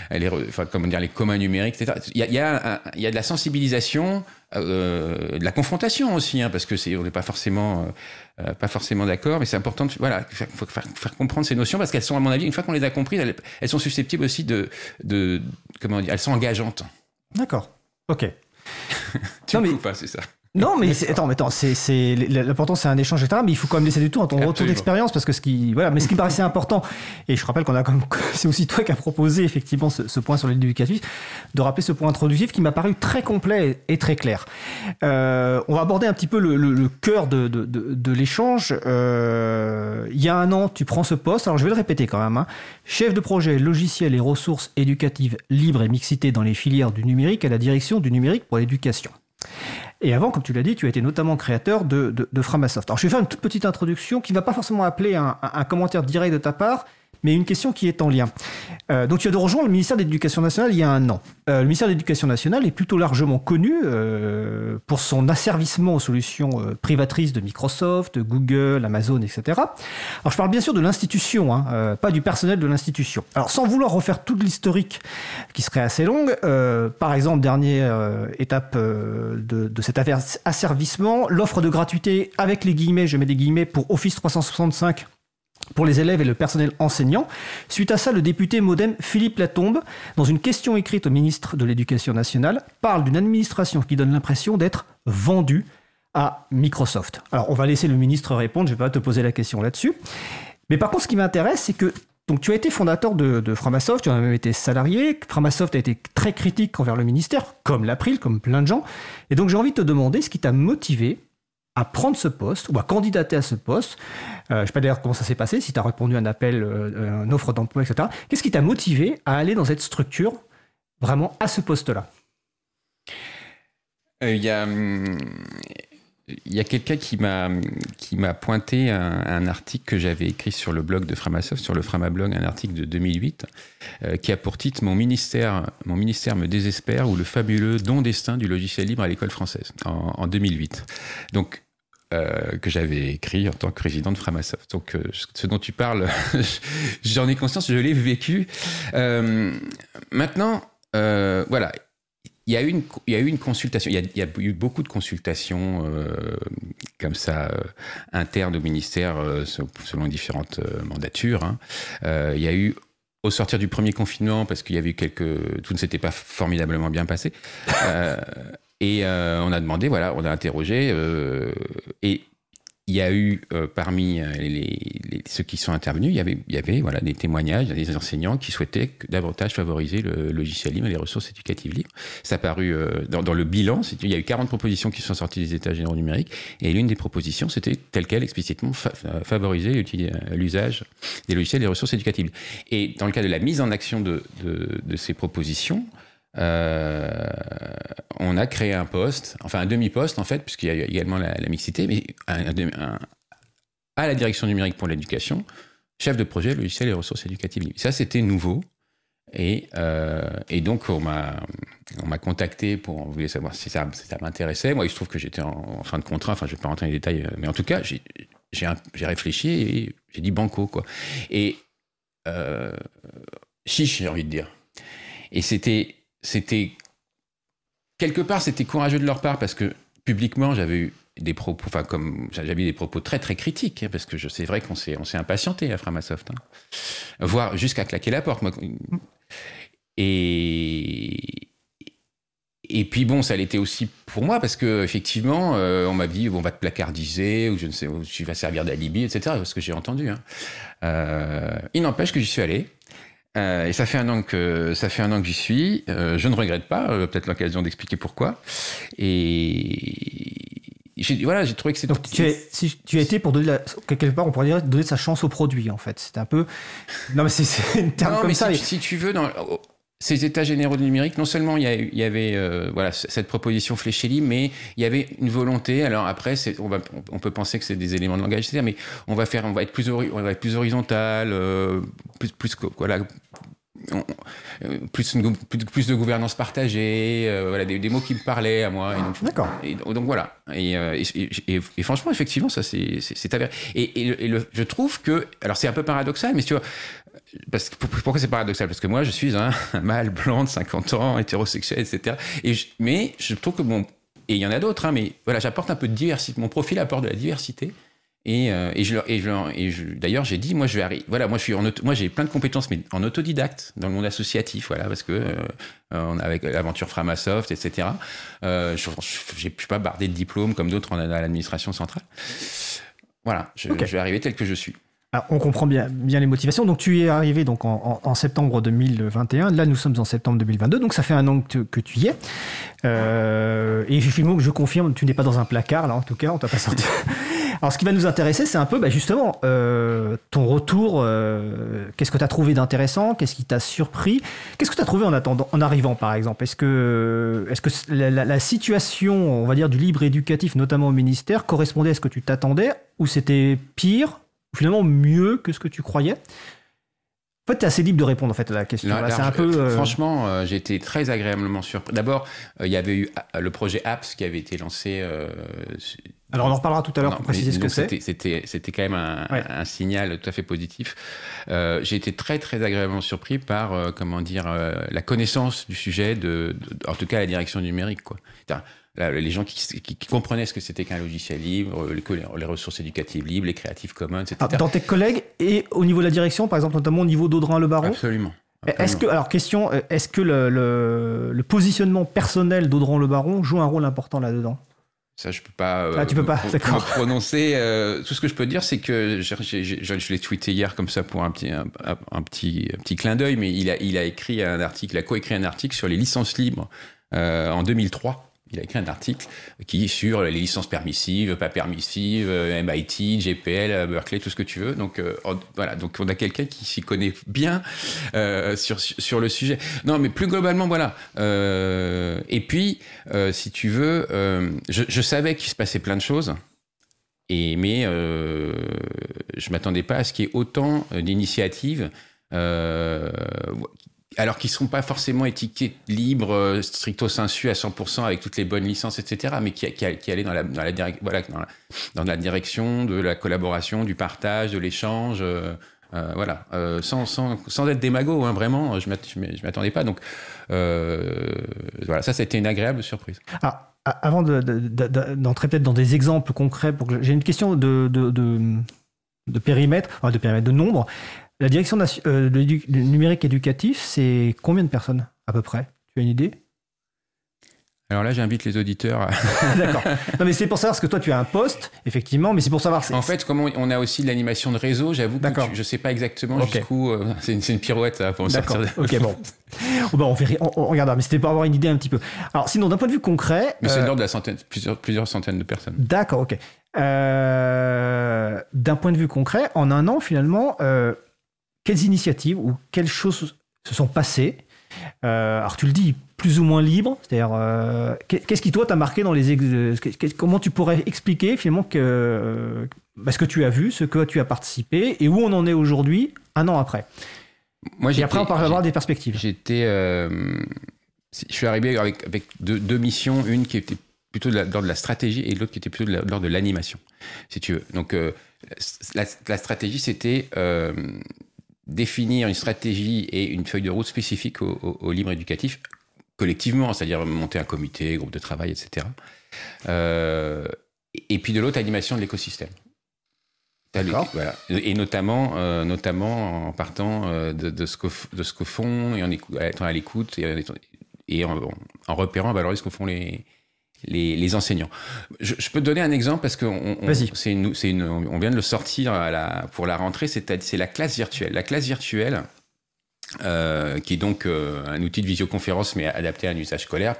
H: les communs numériques, etc. Il y a de la sensibilisation, de la confrontation aussi, hein, parce que on n'est pas forcément d'accord, mais c'est important de faire comprendre ces notions parce qu'elles sont, à mon avis, une fois qu'on les a comprises, elles sont susceptibles aussi elles sont engageantes.
A: D'accord. Ok.
H: Pas, c'est ça.
A: Non, mais l'important, c'est un échange, etc. Mais il faut quand même laisser du temps à ton retour d'expérience parce que ce qui me paraissait important, et je rappelle c'est aussi toi qui as proposé effectivement ce point sur l'éducatif, de rappeler ce point introductif qui m'a paru très complet et très clair. On va aborder un petit peu le cœur de l'échange. Il y a un an, tu prends ce poste, alors je vais le répéter quand même, hein. Chef de projet logiciels et ressources éducatives libres et mixité dans les filières du numérique à la direction du numérique pour l'éducation. Et avant, comme tu l'as dit, tu as été notamment créateur de Framasoft. Alors, je vais faire une toute petite introduction qui ne va pas forcément appeler un commentaire direct de ta part, mais une question qui est en lien. Donc, tu as rejoint le ministère de l'Éducation nationale il y a un an. Le ministère de l'Éducation nationale est plutôt largement connu pour son asservissement aux solutions privatrices de Microsoft, Google, Amazon, etc. Alors, je parle bien sûr de l'institution, hein, pas du personnel de l'institution. Alors, sans vouloir refaire toute l'historique qui serait assez longue, par exemple, dernière étape de cet asservissement, l'offre de gratuité avec les guillemets, je mets des guillemets, pour Office 365 pour les élèves et le personnel enseignant. Suite à ça, le député MoDem Philippe Latombe, dans une question écrite au ministre de l'Éducation nationale, parle d'une administration qui donne l'impression d'être vendue à Microsoft. Alors, on va laisser le ministre répondre, je ne vais pas te poser la question là-dessus. Mais par contre, ce qui m'intéresse, c'est que donc, tu as été fondateur de Framasoft, tu en as même été salarié. Framasoft a été très critique envers le ministère, comme l'April, comme plein de gens. Et donc, j'ai envie de te demander ce qui t'a motivé à prendre ce poste ou à candidater à ce poste. Je ne sais pas d'ailleurs comment ça s'est passé, si tu as répondu à un appel, une offre d'emploi, etc. Qu'est-ce qui t'a motivé à aller dans cette structure, vraiment à ce poste-là ?
H: Il y a quelqu'un qui m'a pointé un article que j'avais écrit sur le blog de Framasoft, sur le Framablog, un article de 2008, qui a pour titre « Mon ministère me désespère » ou « Le fabuleux don destin du logiciel libre à l'école française » en 2008. Donc, que j'avais écrit en tant que président de Framasoft. Donc, ce dont tu parles, j'en ai conscience, je l'ai vécu. Maintenant, voilà. Il y a eu une consultation, il y a eu beaucoup de consultations comme ça, internes au ministère, selon différentes mandatures. Hein. Il y a eu, au sortir du premier confinement, parce qu'il y avait eu tout ne s'était pas formidablement bien passé, et on a demandé, voilà, on a interrogé, et il y a eu, parmi ceux qui sont intervenus, il y avait voilà, des témoignages des enseignants qui souhaitaient davantage favoriser le logiciel libre et les ressources éducatives libres. Ça a paru dans le bilan, il y a eu 40 propositions qui sont sorties des États généraux numériques, et l'une des propositions, c'était telle quelle, explicitement favoriser l'usage des logiciels et des ressources éducatives libres. Et dans le cas de la mise en action de ces propositions, on a créé un poste, enfin un demi-poste en fait, puisqu'il y a également la mixité, mais à la direction numérique pour l'éducation, chef de projet logiciel et ressources éducatives libres. Ça, c'était nouveau. Et donc, on m'a contacté on voulait savoir si ça m'intéressait. Moi, il se trouve que j'étais en fin de contrat, enfin, je ne vais pas rentrer dans les détails, mais en tout cas, j'ai réfléchi et j'ai dit banco, quoi. Et chiche, j'ai envie de dire. Et c'était quelque part, c'était courageux de leur part parce que publiquement, j'avais eu des propos, enfin j'avais eu des propos très très critiques, hein, parce que c'est vrai qu'on s'est impatienté à Framasoft, hein, voire jusqu'à claquer la porte. Moi. Et puis bon, ça l'était aussi pour moi parce que effectivement, on m'a dit on va te placardiser ou je ne sais, ou tu vas servir d'alibi, etc. Ce que j'ai entendu. Hein. Il n'empêche que j'y suis allé. Et ça fait un an que j'y suis. Je ne regrette pas. Peut-être l'occasion d'expliquer pourquoi. Et j'ai trouvé que c'était.
A: Donc tu as été pour donner quelque part, on pourrait dire donner sa chance au produit en fait. C'est un peu. Non mais c'est un terme comme ça.
H: Si tu veux dans ces états généraux du numérique, non seulement il y avait voilà cette proposition fléchée libre, mais il y avait une volonté. Alors après, on peut penser que c'est des éléments de langage, etc. Mais on va être plus horizontal, plus voilà. plus de gouvernance partagée, voilà, des mots qui me parlaient à moi. Et donc,
A: D'accord.
H: Donc voilà. Et franchement, effectivement, ça c'est avéré. Je trouve que, alors c'est un peu paradoxal, mais tu vois, pourquoi c'est paradoxal? Parce que moi, je suis un mâle blanc de 50 ans, hétérosexuel, etc. Mais je trouve que et il y en a d'autres, hein, mais voilà, j'apporte un peu de diversité. Mon profil apporte de la diversité. D'ailleurs, j'ai dit, moi, moi, j'ai plein de compétences, mais en autodidacte, dans le monde associatif, voilà, parce que avec l'aventure Framasoft, etc. Je suis pas bardé de diplômes comme d'autres à l'administration centrale. Voilà, je vais arriver tel que je suis.
A: Alors, on comprend bien les motivations. Donc, tu es arrivé donc en septembre 2021. Là, nous sommes en septembre 2022. Donc, ça fait un an que tu y es. Et effectivement, je confirme, tu n'es pas dans un placard, là, en tout cas. On t'a pas sorti. Alors, ce qui va nous intéresser, c'est un peu, justement, ton retour. Qu'est-ce que tu as trouvé d'intéressant? Qu'est-ce qui t'a surpris? Qu'est-ce que tu as trouvé en arrivant, par exemple? Est-ce que la situation, on va dire, du libre éducatif, notamment au ministère, correspondait à ce que tu t'attendais? Ou c'était pire? Finalement mieux que ce que tu croyais? En fait, tu es assez libre de répondre en fait, à la question.
H: Franchement, j'ai été très agréablement surpris. D'abord, il y avait eu le projet APS qui avait été lancé.
A: Alors, on en reparlera tout à l'heure pour préciser ce que c'est.
H: C'était quand même un signal tout à fait positif. J'ai été très, très agréablement surpris par, la connaissance du sujet, en tout cas, la direction numérique, quoi. Les gens qui comprenaient ce que c'était qu'un logiciel libre, les ressources éducatives libres, les Creative Commons, etc.
A: Dans tes collègues et au niveau de la direction, par exemple, notamment au niveau d'Audrin Le Baron?
H: Absolument.
A: Est-ce que le positionnement personnel d'Audrin Le Baron joue un rôle important là-dedans?
H: Ça, je peux pas,
A: tu peux pas, d'accord.
H: me prononcer. Tout ce que je peux dire, c'est que je l'ai tweeté hier comme ça pour un petit clin d'œil, mais il a écrit un article, il a coécrit un article sur les licences libres en 2003. Il a écrit un article qui est sur les licences permissives, pas permissives, MIT, GPL, Berkeley, tout ce que tu veux. Donc voilà, donc on a quelqu'un qui s'y connaît bien sur le sujet. Non, mais plus globalement, voilà. Et puis, si tu veux, je savais qu'il se passait plein de choses, mais je m'attendais pas à ce qu'il y ait autant d'initiatives. Alors qu'ils ne seront pas forcément étiquetés libres, stricto sensu à 100% avec toutes les bonnes licences, etc., mais qui allaient dans la direction de la collaboration, du partage, de l'échange, sans être démago, hein, vraiment, je m'attendais pas. Donc voilà, ça a été une agréable surprise.
A: Alors, avant d'entrer peut-être dans des exemples concrets, j'ai une question de périmètre, de nombre. La direction du numérique éducatif, c'est combien de personnes à peu près? Tu as une idée?
H: Alors là, j'invite les auditeurs à...
A: D'accord. Non, mais c'est pour savoir, parce que toi, tu as un poste, effectivement, mais c'est pour savoir...
H: En fait, comme on a aussi de l'animation de réseau, j'avoue que je ne sais pas exactement jusqu'où... c'est une pirouette pour me sortir de...
A: Ok, bon. On regardera, mais c'était pour avoir une idée un petit peu. Alors, sinon, d'un point de vue concret...
H: Mais c'est de l'ordre de plusieurs centaines de personnes.
A: D'accord, ok. D'un point de vue concret, en un an, finalement... quelles initiatives ou quelles choses se sont passées? Alors, tu le dis, plus ou moins libre, c'est-à-dire, qu'est-ce qui, toi, t'a marqué dans les... comment tu pourrais expliquer, finalement, ce que tu as vu, ce que tu as participé, et où on en est aujourd'hui, un an après? Et après, on va avoir des perspectives.
H: Je suis arrivé avec deux missions, une qui était plutôt de l'ordre de la stratégie et l'autre qui était plutôt de l'ordre de l'animation, si tu veux. Donc, la stratégie, c'était... définir une stratégie et une feuille de route spécifique au libre éducatif collectivement, c'est-à-dire monter un comité, groupe de travail, etc. Et puis de l'autre, animation de l'écosystème. Voilà. Et notamment en partant de ce que font et en étant à l'écoute et en repérant, ce que font les enseignants. Je peux te donner un exemple parce que on vient de le sortir pour la rentrée, c'est la classe virtuelle. La classe virtuelle, qui est donc un outil de visioconférence mais adapté à un usage scolaire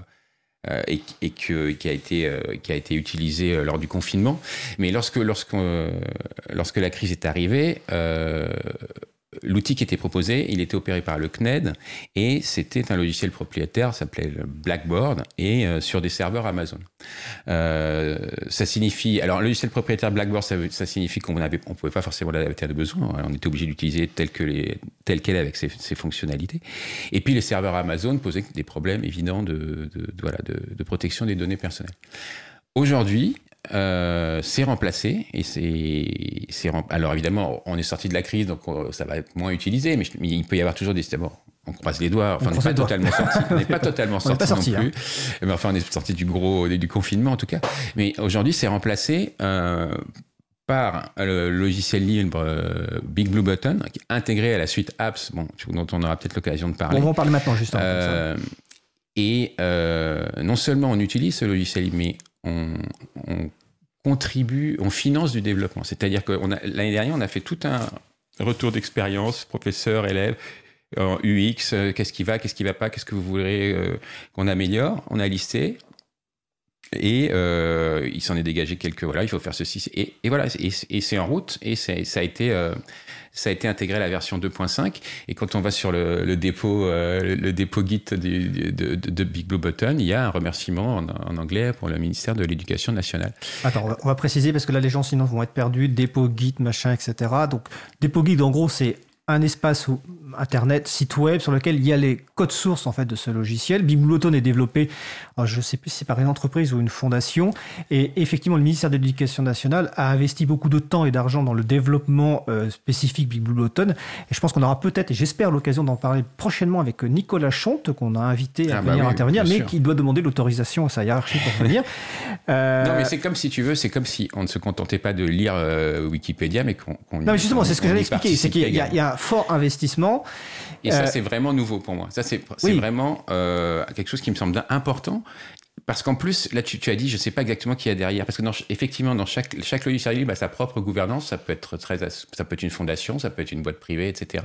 H: qui a été utilisé lors du confinement. Mais lorsque la crise est arrivée, l'outil qui était proposé, il était opéré par le CNED et c'était un logiciel propriétaire, ça s'appelait le Blackboard et sur des serveurs Amazon. Ça signifie, alors le logiciel propriétaire Blackboard, ça signifie qu'on pouvait pas forcément l'adapter à nos besoins, on était obligé d'utiliser tel quel avec ses fonctionnalités. Et puis les serveurs Amazon posaient des problèmes évidents de protection des données personnelles. Aujourd'hui, c'est remplacé et alors évidemment on est sorti de la crise donc ça va être moins utilisé, mais il peut y avoir toujours on croise les doigts, enfin on n'est pas totalement sorti non plus, mais enfin on est sorti du confinement en tout cas, mais aujourd'hui c'est remplacé par le logiciel libre Big Blue Button intégré à la suite Apps, dont on aura peut-être l'occasion de parler.
A: On va en parler maintenant justement.
H: Et non seulement on utilise ce logiciel, mais on contribue, on finance du développement. C'est-à-dire que l'année dernière, on a fait tout un retour d'expérience, professeurs, élèves, en UX, qu'est-ce qui va pas, qu'est-ce que vous voudrez qu'on améliore. On a listé et il s'en est dégagé quelques, il faut faire ceci. Et voilà, et c'est en route et ça a été intégré à la version 2.5 et quand on va sur le dépôt Git de Big Blue Button, il y a un remerciement en anglais pour le ministère de l'Éducation nationale.
A: Attends, on va préciser parce que là les gens sinon vont être perdus, dépôt Git, machin, etc. Donc dépôt Git en gros c'est un espace internet, site web sur lequel il y a les codes sources en fait de ce logiciel. Big Blue Button est développé, je ne sais plus si c'est par une entreprise ou une fondation, et effectivement le ministère de l'Éducation nationale a investi beaucoup de temps et d'argent dans le développement spécifique Big Blue Button, et je pense qu'on aura peut-être, et j'espère l'occasion d'en parler prochainement avec Nicolas Chonte qu'on a invité à venir intervenir, mais qui doit demander l'autorisation à sa hiérarchie pour venir.
H: Non mais c'est comme si on ne se contentait pas de lire Wikipédia, mais qu'on
A: non mais justement c'est ce que j'allais expliquer, c'est qu'il y a un fort investissement.
H: Et ça, c'est vraiment nouveau pour moi. Ça, c'est vraiment quelque chose qui me semble important. Parce qu'en plus, là, tu as dit, je ne sais pas exactement qui y a derrière. Parce que effectivement, dans chaque logiciel libre a sa propre gouvernance. Ça peut être une fondation, ça peut être une boîte privée, etc.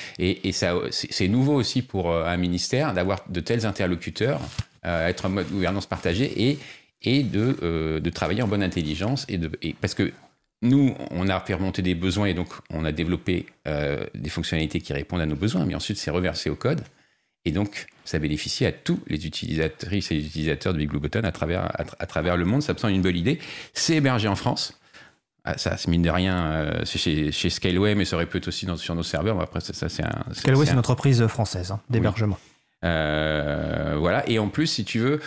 H: Et ça, c'est nouveau aussi pour un ministère d'avoir de tels interlocuteurs, être en mode gouvernance partagée et de travailler en bonne intelligence. Parce que nous, on a fait remonter des besoins et donc on a développé des fonctionnalités qui répondent à nos besoins, mais ensuite c'est reversé au code et donc ça bénéficie à tous les utilisatrices et les utilisateurs de Big Blue Button à travers le monde. Ça me semble une bonne idée. C'est hébergé en France. Ça, mine de rien, c'est chez Scaleway, mais ça aurait pu être aussi sur nos serveurs. Mais après,
A: Scaleway, c'est une entreprise française d'hébergement.
H: Oui. Voilà, et en plus, si tu veux,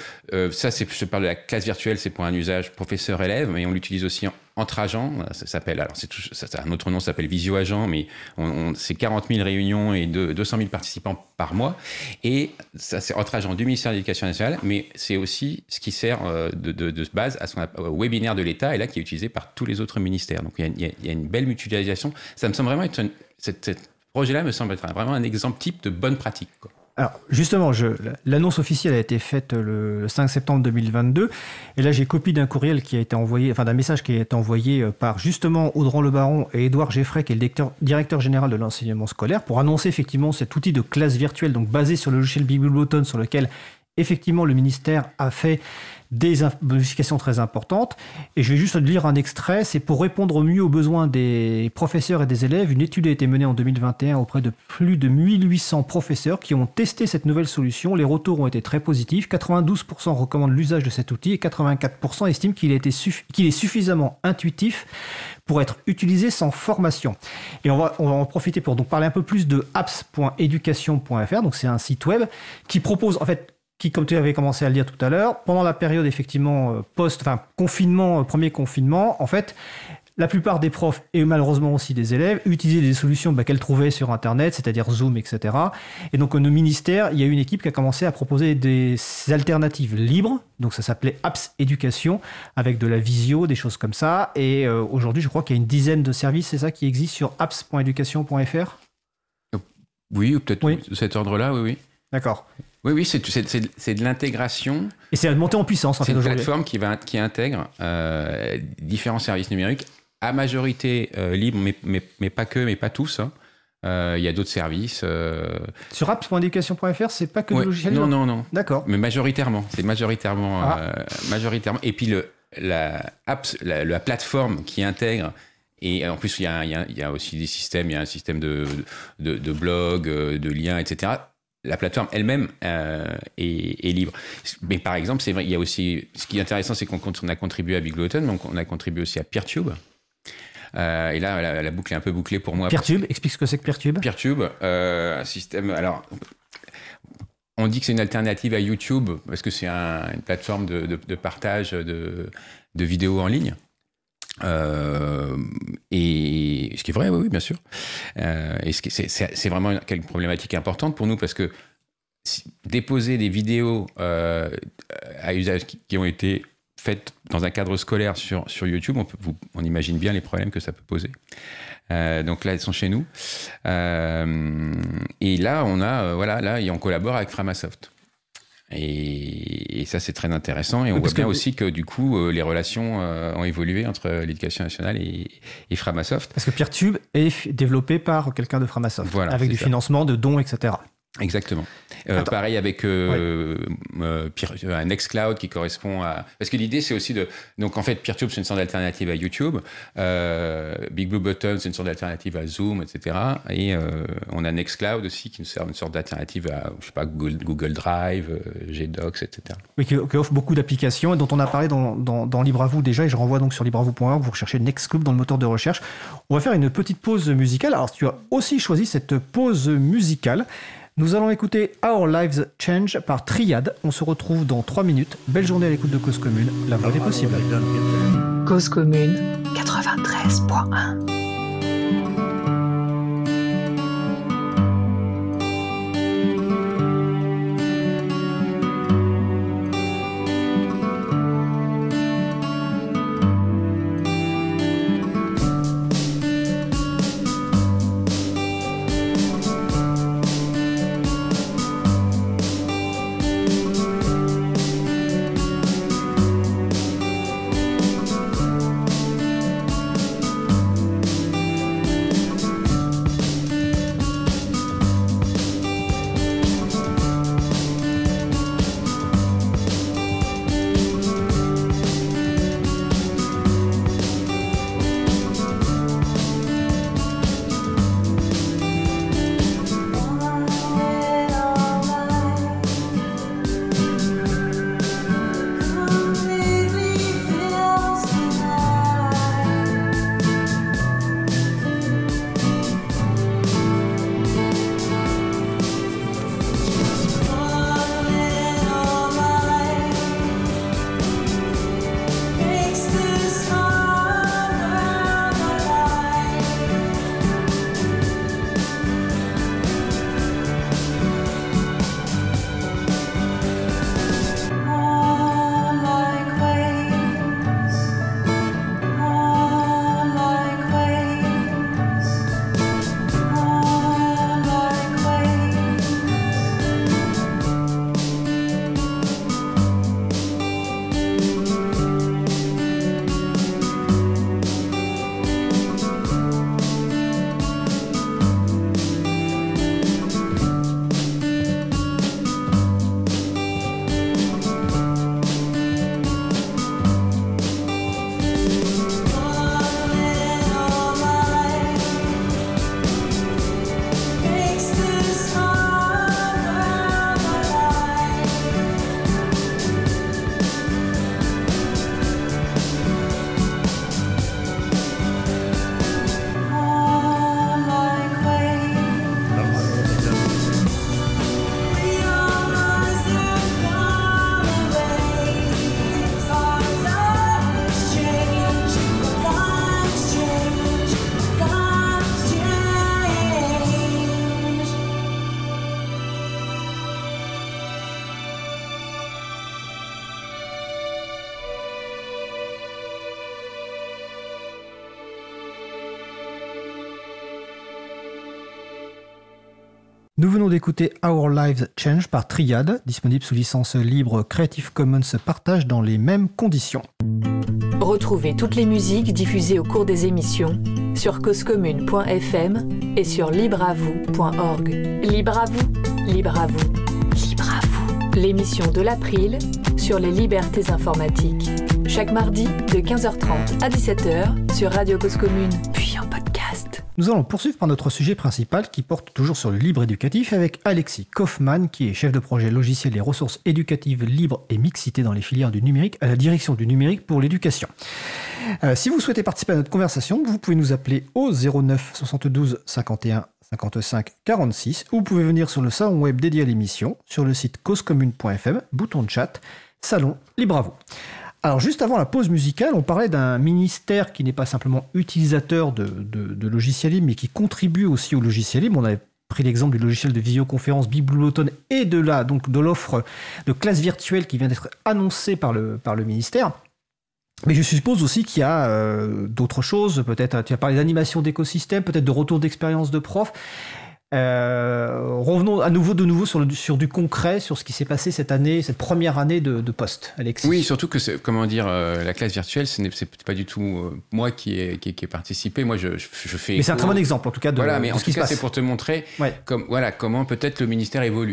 H: je parle de la classe virtuelle, c'est pour un usage professeur-élève, mais on l'utilise aussi entre agents. Ça s'appelle, alors un autre nom, ça s'appelle Visio Agent, mais c'est 40 000 réunions et 200 000 participants par mois. Et ça, c'est entre agents du ministère de l'Éducation nationale, mais c'est aussi ce qui sert de base au webinaire de l'État, et là qui est utilisé par tous les autres ministères. Donc il y a une belle mutualisation. Ça me semble vraiment être ce projet-là me semble être vraiment un exemple type de bonne pratique, quoi.
A: Alors justement, l'annonce officielle a été faite le 5 septembre 2022, et là j'ai copie d'un courriel qui a été envoyé, enfin d'un message qui a été envoyé par justement Audran Le Baron et Édouard Geffray, qui est le directeur général de l'enseignement scolaire, pour annoncer effectivement cet outil de classe virtuelle, donc basé sur le logiciel Big Blue Button, sur lequel effectivement le ministère a fait des modifications très importantes. Et je vais juste lire un extrait. C'est pour répondre au mieux aux besoins des professeurs et des élèves. Une étude a été menée en 2021 auprès de plus de 1800 professeurs qui ont testé cette nouvelle solution. Les retours ont été très positifs. 92% recommandent l'usage de cet outil et 84% estiment qu'il est suffisamment intuitif pour être utilisé sans formation. Et on va en profiter pour donc parler un peu plus de apps.education.fr. Donc c'est un site web qui propose en fait, qui, comme tu avais commencé à le dire tout à l'heure, pendant la période effectivement confinement, premier confinement, en fait, la plupart des profs et malheureusement aussi des élèves utilisaient des solutions qu'elles trouvaient sur Internet, c'est-à-dire Zoom, etc. Et donc au ministère, il y a une équipe qui a commencé à proposer des alternatives libres. Donc ça s'appelait Apps Éducation, avec de la visio, des choses comme ça. Et aujourd'hui, je crois qu'il y a une dizaine de services, c'est ça, qui existent sur apps.education.fr.
H: Oui, ou peut-être de cet ordre-là, oui.
A: D'accord.
H: Oui, c'est de l'intégration.
A: Et c'est la montée en puissance.
H: C'est une plateforme qui intègre différents services numériques, à majorité libre, mais pas tous. Hein. Il y a d'autres services.
A: Sur apps.education.fr, c'est pas que le logiciel libre.
H: Non.
A: D'accord.
H: Mais majoritairement. C'est majoritairement. Et puis la plateforme qui intègre Et en plus, il y a aussi des systèmes, il y a un système de blog, de liens, etc. La plateforme elle-même est libre. Mais par exemple, c'est vrai, il y a aussi, ce qui est intéressant, c'est qu'on a contribué à BigBlue, donc on a contribué aussi à Peertube. Et là, la boucle est un peu bouclée pour moi.
A: Peertube, explique ce que c'est que Peertube.
H: Peertube, un système. Alors, on dit que c'est une alternative à YouTube parce que c'est une plateforme de partage de vidéos en ligne. Et ce qui est vrai, oui, bien sûr. Et c'est vraiment une problématique importante pour nous parce que déposer des vidéos à usage qui ont été faites dans un cadre scolaire sur YouTube, on imagine bien les problèmes que ça peut poser. Donc là, elles sont chez nous. Et là, on collabore avec Framasoft. Et ça, c'est très intéressant. Et on voit bien aussi que, du coup, les relations ont évolué entre l'Éducation nationale et Framasoft.
A: Parce que Peertube est développé par quelqu'un de Framasoft, avec du financement, de dons, etc.
H: Exactement. Pareil avec un Nextcloud qui correspond à... Parce que l'idée, c'est aussi de... Donc, en fait, Peertube, c'est une sorte d'alternative à YouTube. BigBlueButton, c'est une sorte d'alternative à Zoom, etc. Et on a Nextcloud aussi, qui nous sert une sorte d'alternative à, je sais pas, Google Drive, Gdocs, etc.
A: Oui, qui offre beaucoup d'applications et dont on a parlé dans Libre à vous déjà. Et je renvoie donc sur libreavou.org, vous recherchez Nextcloud dans le moteur de recherche. On va faire une petite pause musicale. Alors, tu as aussi choisi cette pause musicale. Nous allons écouter Our Lives Change par Triade. On se retrouve dans 3 minutes. Belle journée à l'écoute de Cause Commune, la voix des possibles.
G: Cause Commune 93.1.
A: Nous venons d'écouter Our Lives Change par Triade, disponible sous licence libre Creative Commons partage dans les mêmes conditions.
D: Retrouvez toutes les musiques diffusées au cours des émissions sur causecommune.fm et sur libreavou.org. Libre à vous, libre à vous, libre à vous. L'émission de l'April sur les libertés informatiques. Chaque mardi de 15h30 à 17h sur Radio Cause Commune.
A: Nous allons poursuivre par notre sujet principal qui porte toujours sur le libre éducatif avec Alexis Kaufmann qui est chef de projet logiciel et ressources éducatives libres et mixité dans les filières du numérique à la direction du numérique pour l'éducation. Si vous souhaitez participer à notre conversation, vous pouvez nous appeler au 09 72 51 55 46 ou vous pouvez venir sur le salon web dédié à l'émission sur le site causecommune.fm, bouton de chat, salon libre à vous. Alors, juste avant la pause musicale, on parlait d'un ministère qui n'est pas simplement utilisateur de logiciels libres, mais qui contribue aussi au logiciel libre. On avait pris l'exemple du logiciel de visioconférence Biblioton et de l'offre de classe virtuelle qui vient d'être annoncée par le ministère. Mais je suppose aussi qu'il y a d'autres choses. Peut-être, tu as parlé d'animation d'écosystème, peut-être de retour d'expérience de prof. Revenons de nouveau sur du concret, sur ce qui s'est passé cette année, cette première année de poste, Alexis.
H: Oui, surtout que la classe virtuelle, c'est pas du tout moi qui ai participé. Moi, je fais.
A: Mais c'est un très bon exemple, en tout cas, de
H: mais
A: de
H: en
A: ce qui
H: tout cas,
A: se passe.
H: c'est pour te montrer comment peut-être le ministère évolue.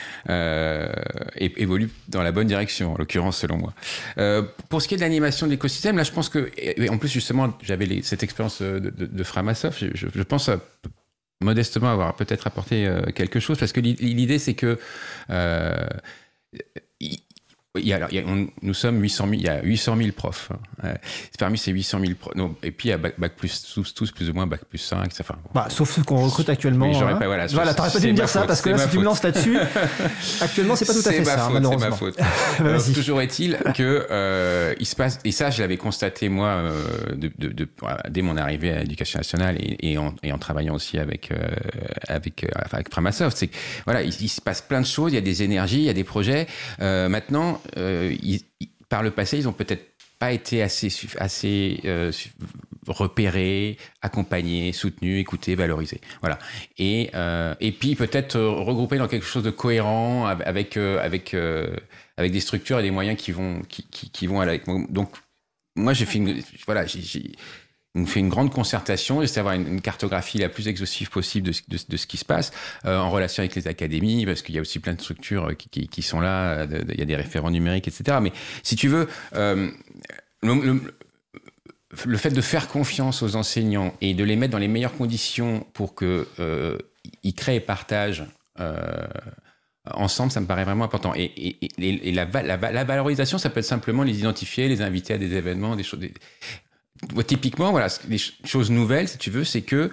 H: Et évolue dans la bonne direction, en l'occurrence, selon moi. Pour ce qui est de l'animation de l'écosystème, là, je pense que, et en plus, justement, j'avais cette expérience de Framasoft, je pense modestement avoir peut-être apporté quelque chose, parce que l'idée, c'est que nous sommes 800 000, il y a 800 000 profs. Parmi ces 800 000 profs, et puis il y a bac plus, tous plus ou moins bac plus 5. Enfin,
A: sauf ceux qu'on recrute actuellement.
H: Oui,
A: t'aurais pas dû me dire ça, parce que là, si tu me lances là-dessus, actuellement, c'est pas tout à fait ça, malheureusement.
H: C'est ma faute. Toujours est-il que il se passe, et ça, je l'avais constaté, moi, dès mon arrivée à l'Éducation nationale et en travaillant aussi avec Framasoft, c'est que, voilà, il se passe plein de choses, il y a des énergies, il y a des projets. Maintenant, par le passé, ils ont peut-être pas été assez repérés, accompagnés, soutenus, écoutés, valorisés. Voilà. Et puis peut-être regroupés dans quelque chose de cohérent avec des structures et des moyens qui vont aller avec. Donc moi j'ai fait on fait une grande concertation, j'essaie d'avoir une cartographie la plus exhaustive possible de ce qui se passe, en relation avec les académies, parce qu'il y a aussi plein de structures qui sont là, il y a des référents numériques, etc. Mais si tu veux, le fait de faire confiance aux enseignants et de les mettre dans les meilleures conditions pour qu'ils créent et partagent ensemble, ça me paraît vraiment important. Et la valorisation, ça peut être simplement les identifier, les inviter à des événements, des choses... Typiquement, voilà, les choses nouvelles, si tu veux, c'est que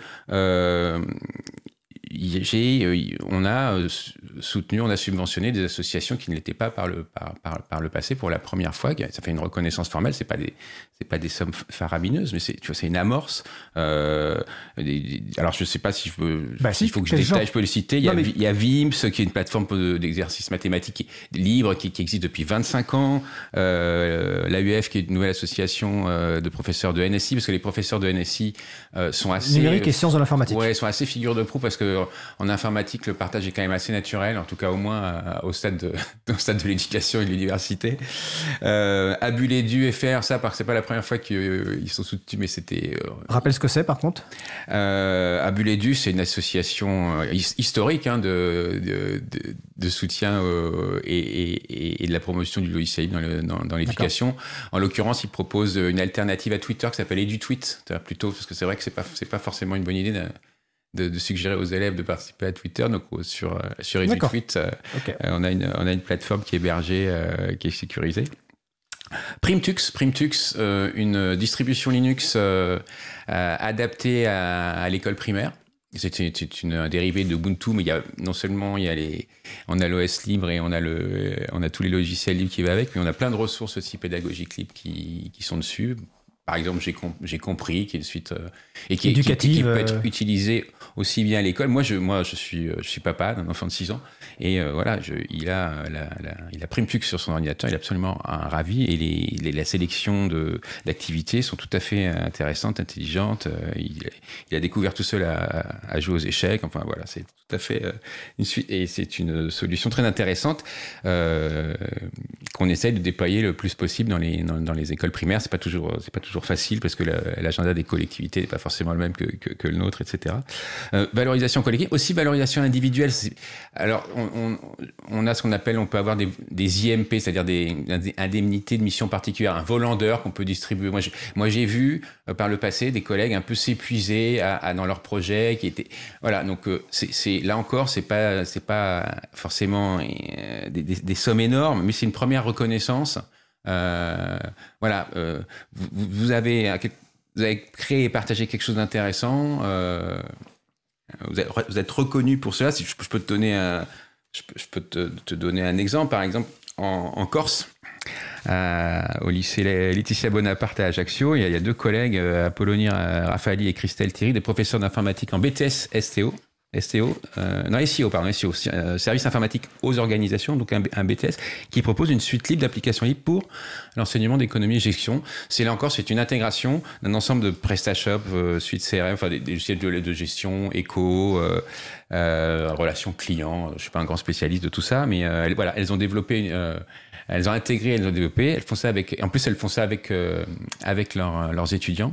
H: on a soutenu, on a subventionné des associations qui ne l'étaient pas par le passé pour la première fois. Ça fait une reconnaissance formelle, c'est pas des sommes faramineuses, mais c'est une amorce. Alors je sais pas si s'il faut que je détaille, je peux le citer. Il y a VIMS, qui est une plateforme d'exercices mathématiques libre qui existe depuis 25 ans. L'AUF, qui est une nouvelle association de professeurs de NSI, parce que les professeurs de NSI sont assez...
A: Numérique et sciences de l'informatique.
H: Ouais, sont assez figure de proue, parce que en informatique, le partage est quand même assez naturel, en tout cas au moins au stade de l'éducation et de l'université. Abuledu FR, ça, parce que c'est pas la première fois qu'ils sont soutenus, mais c'était...
A: Rappelle ce que c'est, par contre.
H: Abuledu, c'est une association historique de soutien et de la promotion du logiciel dans l'éducation. D'accord. En l'occurrence, ils proposent une alternative à Twitter qui s'appelle EduTweet, plutôt, parce que c'est vrai que c'est pas forcément une bonne idée de suggérer aux élèves de participer à Twitter. Donc sur EduTweet, on a une plateforme qui est hébergée, qui est sécurisée. Primtux, une distribution Linux adaptée à l'école primaire. C'est une dérivée de Ubuntu, mais non seulement on a l'OS libre et on a tous les logiciels libres qui va avec, mais on a plein de ressources aussi pédagogiques libres qui sont dessus. Par exemple, j'ai compris, qui est une suite qui peut être utilisée aussi bien à l'école. Moi, je suis papa d'un enfant de 6 ans et voilà, il a Primtux sur son ordinateur, il est absolument ravi, et la sélection d'activités sont tout à fait intéressantes, intelligentes. Il a découvert tout seul à jouer aux échecs. Enfin voilà, c'est tout à fait une suite, et c'est une solution très intéressante qu'on essaie de déployer le plus possible dans les écoles primaires. C'est pas toujours toujours facile parce que l'agenda des collectivités n'est pas forcément le même que le nôtre, etc. Valorisation collective, aussi valorisation individuelle. Alors, on a ce qu'on appelle, on peut avoir des IMP, c'est-à-dire des indemnités de mission particulière, un volant d'heures qu'on peut distribuer. Moi, j'ai vu par le passé des collègues un peu s'épuiser dans leurs projets, qui étaient, voilà. Donc, là encore, c'est pas forcément des sommes énormes, mais c'est une première reconnaissance. Voilà, vous avez créé et partagé quelque chose d'intéressant. Vous êtes reconnu pour cela. Si je peux te donner je peux te donner un exemple. Par exemple, en Corse, au lycée Laetitia Bonaparte à Ajaccio, il y a 2 collègues, Apollonie Raffaelli et Christelle Thierry, des professeurs d'informatique en BTS SEO, SEO, service informatique aux organisations, donc un BTS, qui propose une suite libre d'applications libres pour l'enseignement d'économie et gestion. Là encore, c'est une intégration d'un ensemble de PrestaShop, suite CRM, enfin des logiciels de gestion, éco, relations clients. Je ne suis pas un grand spécialiste de tout ça, mais elles ont développé elles ont intégré, elles ont développé, elles font ça elles font ça avec leurs étudiants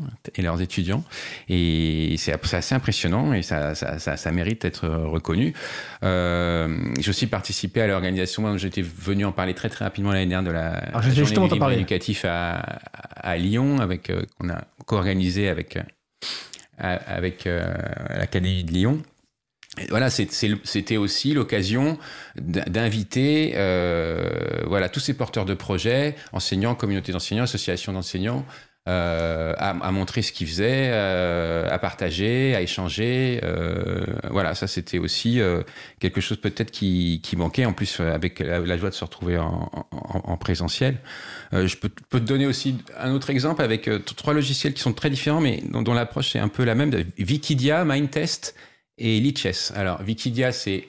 H: et c'est assez impressionnant et ça mérite d'être reconnu. J'ai aussi participé à l'organisation, j'étais venu en parler très très rapidement l'année dernière de la journée du livre éducatif à Lyon, qu'on a co-organisé avec l'Académie de Lyon. Et voilà, c'était aussi l'occasion d'inviter tous ces porteurs de projets, enseignants, communautés d'enseignants, associations d'enseignants, à montrer ce qu'ils faisaient, à partager, à échanger. Voilà, ça c'était aussi quelque chose peut-être qui manquait, en plus avec la joie de se retrouver en présentiel. Je peux te donner aussi un autre exemple avec 3 logiciels qui sont très différents, mais dont l'approche est un peu la même. Wikidia, Mindtest et Lichess. Alors, Wikidia, c'est,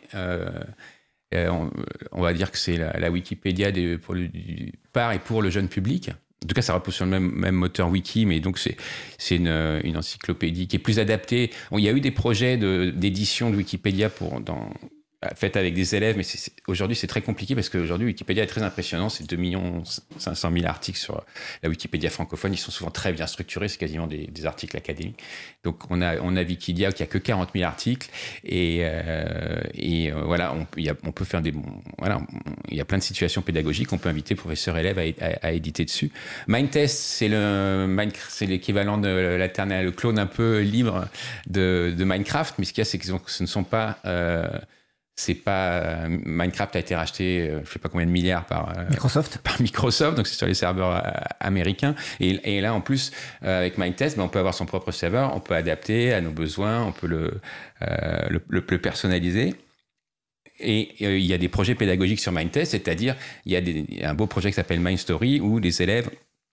H: on va dire que c'est la Wikipédia par et pour le jeune public. En tout cas, ça repose sur le même moteur wiki, mais donc c'est une encyclopédie qui est plus adaptée. Bon, il y a eu des projets d'édition de Wikipédia faites avec des élèves, mais aujourd'hui c'est très compliqué parce qu'aujourd'hui Wikipédia est très impressionnant, c'est 2 500 000 articles sur la Wikipédia francophone, ils sont souvent très bien structurés, c'est quasiment des articles académiques. Donc on a Wikidia qui a que 40 000 articles et voilà, on peut faire il y a plein de situations pédagogiques, on peut inviter professeurs et élèves à éditer dessus. Mindtest, c'est l'équivalent de le clone un peu libre de Minecraft, mais ce qu'il y a, c'est que ce ne sont pas Minecraft a été racheté, je ne sais pas combien de milliards par Microsoft, donc c'est sur les serveurs américains. Et là, en plus, avec Mindtest, on peut avoir son propre serveur, on peut adapter à nos besoins, on peut le personnaliser. Et il y a des projets pédagogiques sur Mindtest, c'est-à-dire il y a un beau projet qui s'appelle MindStory où les élèves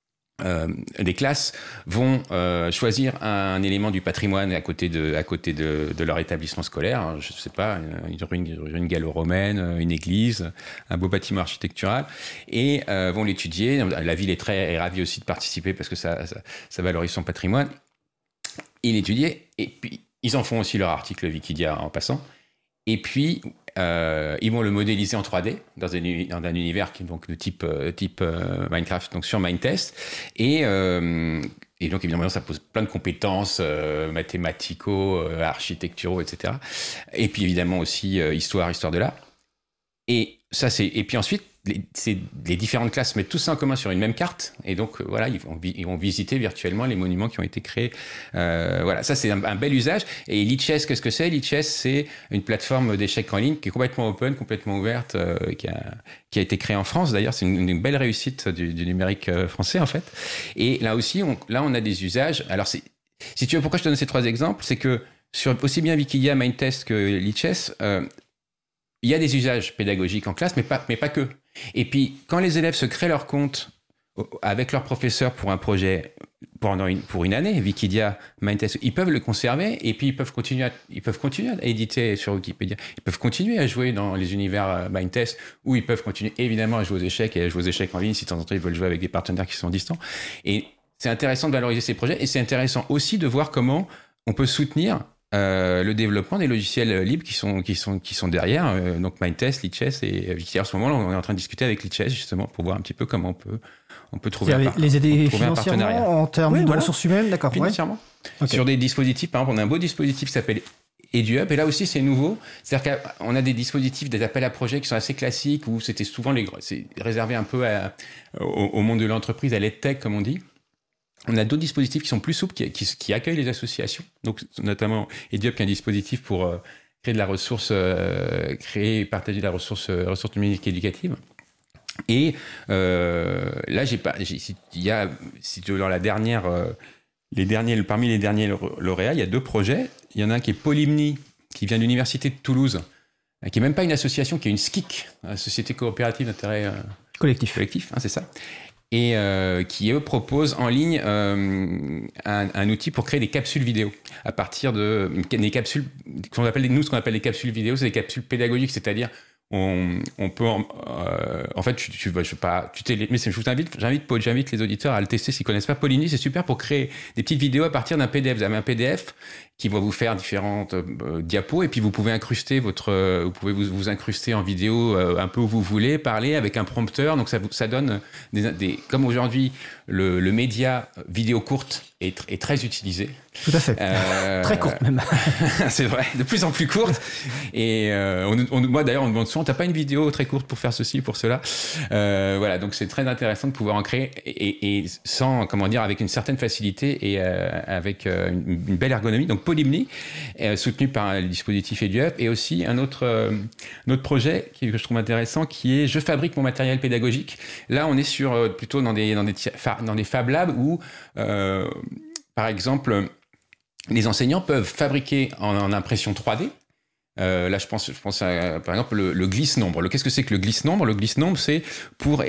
H: des classes vont choisir un élément du patrimoine à côté de leur établissement scolaire. Je ne sais pas, une rue gallo-romaine, une église, un beau bâtiment architectural, et vont l'étudier. La ville est ravie aussi de participer parce que ça valorise son patrimoine. Ils l'étudient et puis ils en font aussi leur article Wikidia en passant. Et puis ils vont le modéliser en 3D dans un univers qui est donc de type Minecraft, donc sur Mindtest, et donc évidemment ça pose plein de compétences mathématico, architecturaux, etc. Et puis évidemment aussi histoire de l'art. Et puis ensuite les différentes classes mettent tout ça en commun sur une même carte, et donc voilà, ils vont visiter virtuellement les monuments qui ont été créés. Voilà, ça c'est un bel usage. Et Lichess, qu'est-ce que c'est ? Lichess, c'est une plateforme d'échecs en ligne qui est complètement open, complètement ouverte, qui a été créée en France. D'ailleurs, c'est une belle réussite du numérique français en fait. Et là aussi, on a des usages. Alors si tu veux, pourquoi je te donne ces 3 exemples, c'est que sur aussi bien Wikidia, Mindtest que Lichess, il y a des usages pédagogiques en classe, mais pas que. Et puis, quand les élèves se créent leur compte avec leur professeur pour un projet pour une année, Wikidia, Mindtest, ils peuvent le conserver et puis ils peuvent continuer à éditer sur Wikipédia. Ils peuvent continuer à jouer dans les univers Mindtest, ou ils peuvent continuer évidemment à jouer aux échecs en ligne si de temps en temps ils veulent jouer avec des partenaires qui sont distants. Et c'est intéressant de valoriser ces projets, et c'est intéressant aussi de voir comment on peut soutenir le développement des logiciels libres qui sont derrière, donc Mindtest, Lichess et Wikidata. En ce moment, on est en train de discuter avec Lichess justement pour voir un petit peu comment on peut trouver
A: les aider
H: trouver un partenariat.
A: financièrement en termes de ressources humaines, d'accord.
H: Financièrement.
A: Ouais.
H: Sur des dispositifs, par exemple, on a un beau dispositif qui s'appelle EduUp, et là aussi c'est nouveau. C'est-à-dire qu'on a des dispositifs, des appels à projets qui sont assez classiques, où c'était souvent c'est réservé un peu au monde de l'entreprise, à l'EdTech comme on dit. On a d'autres dispositifs qui sont plus souples, qui accueillent les associations, donc notamment EduUp qui est un dispositif pour créer de la ressource, créer et partager de la ressource numérique éducative. Et là, dans la dernière, parmi les derniers lauréats, il y a 2 projets. Il y en a un qui est Polymni, qui vient de l'Université de Toulouse, qui n'est même pas une association, qui est une SCIC, une Société Coopérative d'Intérêt
A: Collectif,
H: c'est ça. Et qui, eux, proposent en ligne un outil pour créer des capsules vidéo à partir des capsules, ce qu'on appelle des capsules vidéo, c'est des capsules pédagogiques, c'est-à-dire on peut en fait j'invite les auditeurs à le tester s'ils connaissent pas. Polymni, c'est super pour créer des petites vidéos à partir d'un PDF. Vous avez un PDF qui va vous faire différentes diapos, et puis vous pouvez incruster vous incruster en vidéo un peu où vous voulez, parler avec un prompteur. Donc ça donne comme aujourd'hui le média vidéo courte est très utilisé.
A: Tout à fait. Très courte même.
H: C'est vrai, de plus en plus courte. Et moi d'ailleurs, on me demande souvent, t'as pas une vidéo très courte pour faire ceci, pour cela. Voilà, donc c'est très intéressant de pouvoir en créer et sans, avec une certaine facilité et avec une belle ergonomie. Donc Polymni, soutenu par le dispositif EduUp, et aussi un autre projet que je trouve intéressant, qui est Je fabrique mon matériel pédagogique. Là, on est plutôt dans des Fab Labs où, par exemple, les enseignants peuvent fabriquer en impression 3D. Là, je pense à, par exemple, le glisse-nombre. Qu'est-ce que c'est que le glisse-nombre ? Le glisse-nombre, c'est pour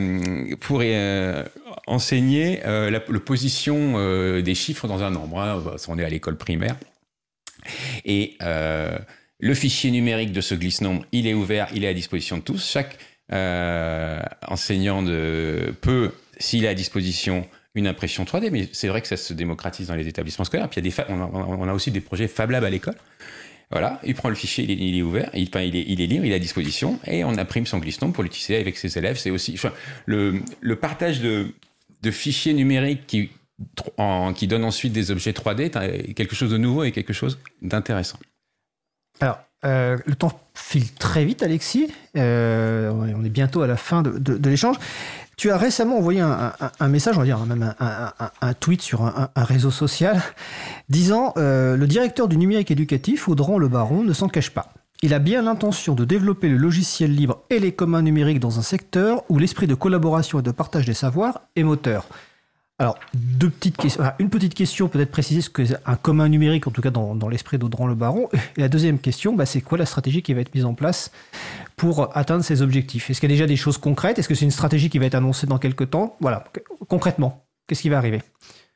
H: enseigner la position des chiffres dans un nombre. Hein. On est à l'école primaire. Et le fichier numérique de ce glisse-nombre, il est ouvert, il est à disposition de tous. Chaque enseignant peut, s'il est à disposition, une impression 3D, mais c'est vrai que ça se démocratise dans les établissements scolaires. Puis on a aussi des projets Fab Lab à l'école. Voilà, il prend le fichier, il est ouvert, il est libre, il est à disposition, et on imprime son glisse-nombre pour l'utiliser avec ses élèves. C'est aussi le partage de fichiers numériques qui donne ensuite des objets 3D, est quelque chose de nouveau et quelque chose d'intéressant.
A: Alors, le temps file très vite, Alexis. On est bientôt à la fin de l'échange. Tu as récemment envoyé un message, on va dire même un tweet sur un réseau social, disant le directeur du numérique éducatif, Audran Le Baron, ne s'en cache pas. Il a bien l'intention de développer le logiciel libre et les communs numériques dans un secteur où l'esprit de collaboration et de partage des savoirs est moteur. Alors, une petite question, peut-être préciser ce qu'est un commun numérique, en tout cas dans l'esprit d'Audran Le Baron. Et la deuxième question, c'est quoi la stratégie qui va être mise en place pour atteindre ces objectifs ? Est-ce qu'il y a déjà des choses concrètes ? Est-ce que c'est une stratégie qui va être annoncée dans quelques temps ? Voilà, concrètement, qu'est-ce qui va arriver ?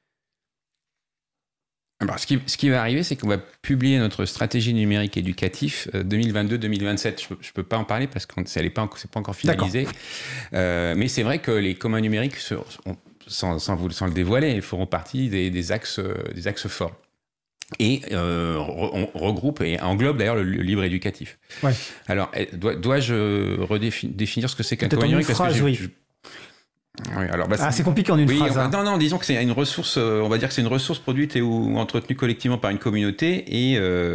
H: Alors, ce qui va arriver, c'est qu'on va publier notre stratégie numérique éducatif 2022-2027. Je peux pas en parler parce que c'est pas encore finalisé. Mais c'est vrai que les communs numériques sans le dévoiler, ils feront partie des axes forts. Et on regroupe et englobe d'ailleurs le livre éducatif. Ouais. Alors, dois-je redéfinir ce que c'est qu'un commun numérique ?
A: Oui, alors, c'est compliqué en une phrase.
H: Non, disons que c'est une ressource, on va dire que c'est une ressource produite ou entretenue collectivement par une communauté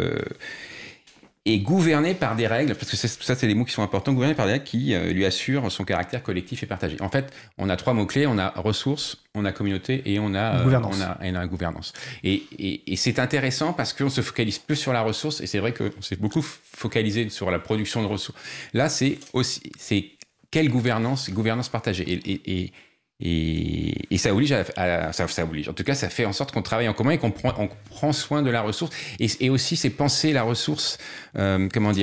H: et gouvernée par des règles, parce que ça c'est les mots qui sont importants, gouvernée par des règles qui lui assurent son caractère collectif et partagé. En fait, on a 3 mots-clés, on a ressources, on a communauté et on a gouvernance. Et c'est intéressant parce qu'on se focalise plus sur la ressource, et c'est vrai qu'on s'est beaucoup focalisé sur la production de ressources. Là, c'est quelle gouvernance partagée. Et ça oblige ça oblige. En tout cas, ça fait en sorte qu'on travaille en commun et qu'on prend soin de la ressource. Et aussi, c'est penser la ressource, on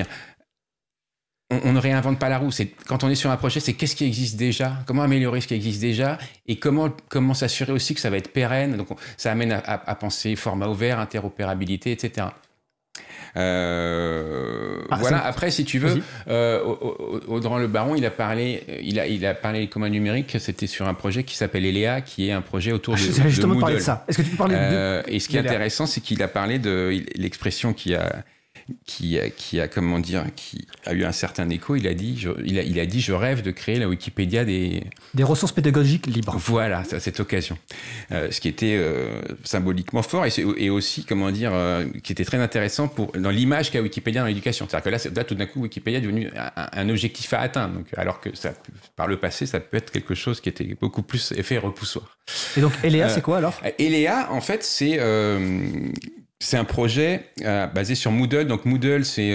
H: ne réinvente pas la roue. Quand on est sur un projet, c'est qu'est-ce qui existe déjà, comment améliorer ce qui existe déjà, et comment s'assurer aussi que ça va être pérenne. Donc, ça amène à penser format ouvert, interopérabilité, etc. Voilà. Après, si tu veux, Audran Le Baron, il a parlé des communs numériques. C'était sur un projet qui s'appelle ELEA, qui est un projet autour de
A: J'allais justement
H: Moodle.
A: parler de ça. Est-ce que tu peux parler de
H: Et ce qui est intéressant, c'est qu'il a parlé de l'expression qui a eu un certain écho. Il a dit je rêve de créer la Wikipédia des
A: ressources pédagogiques libres.
H: Voilà, à cette occasion. Ce qui était symboliquement fort et aussi, qui était très intéressant dans l'image qu'a Wikipédia dans l'éducation. C'est-à-dire que là, tout d'un coup, Wikipédia est devenu un objectif à atteindre. Donc, alors que par le passé, ça peut être quelque chose qui était beaucoup plus effet repoussoir.
A: Et donc, ELEA, c'est quoi alors ?
H: ELEA, en fait, c'est un projet basé sur Moodle. Donc Moodle, c'est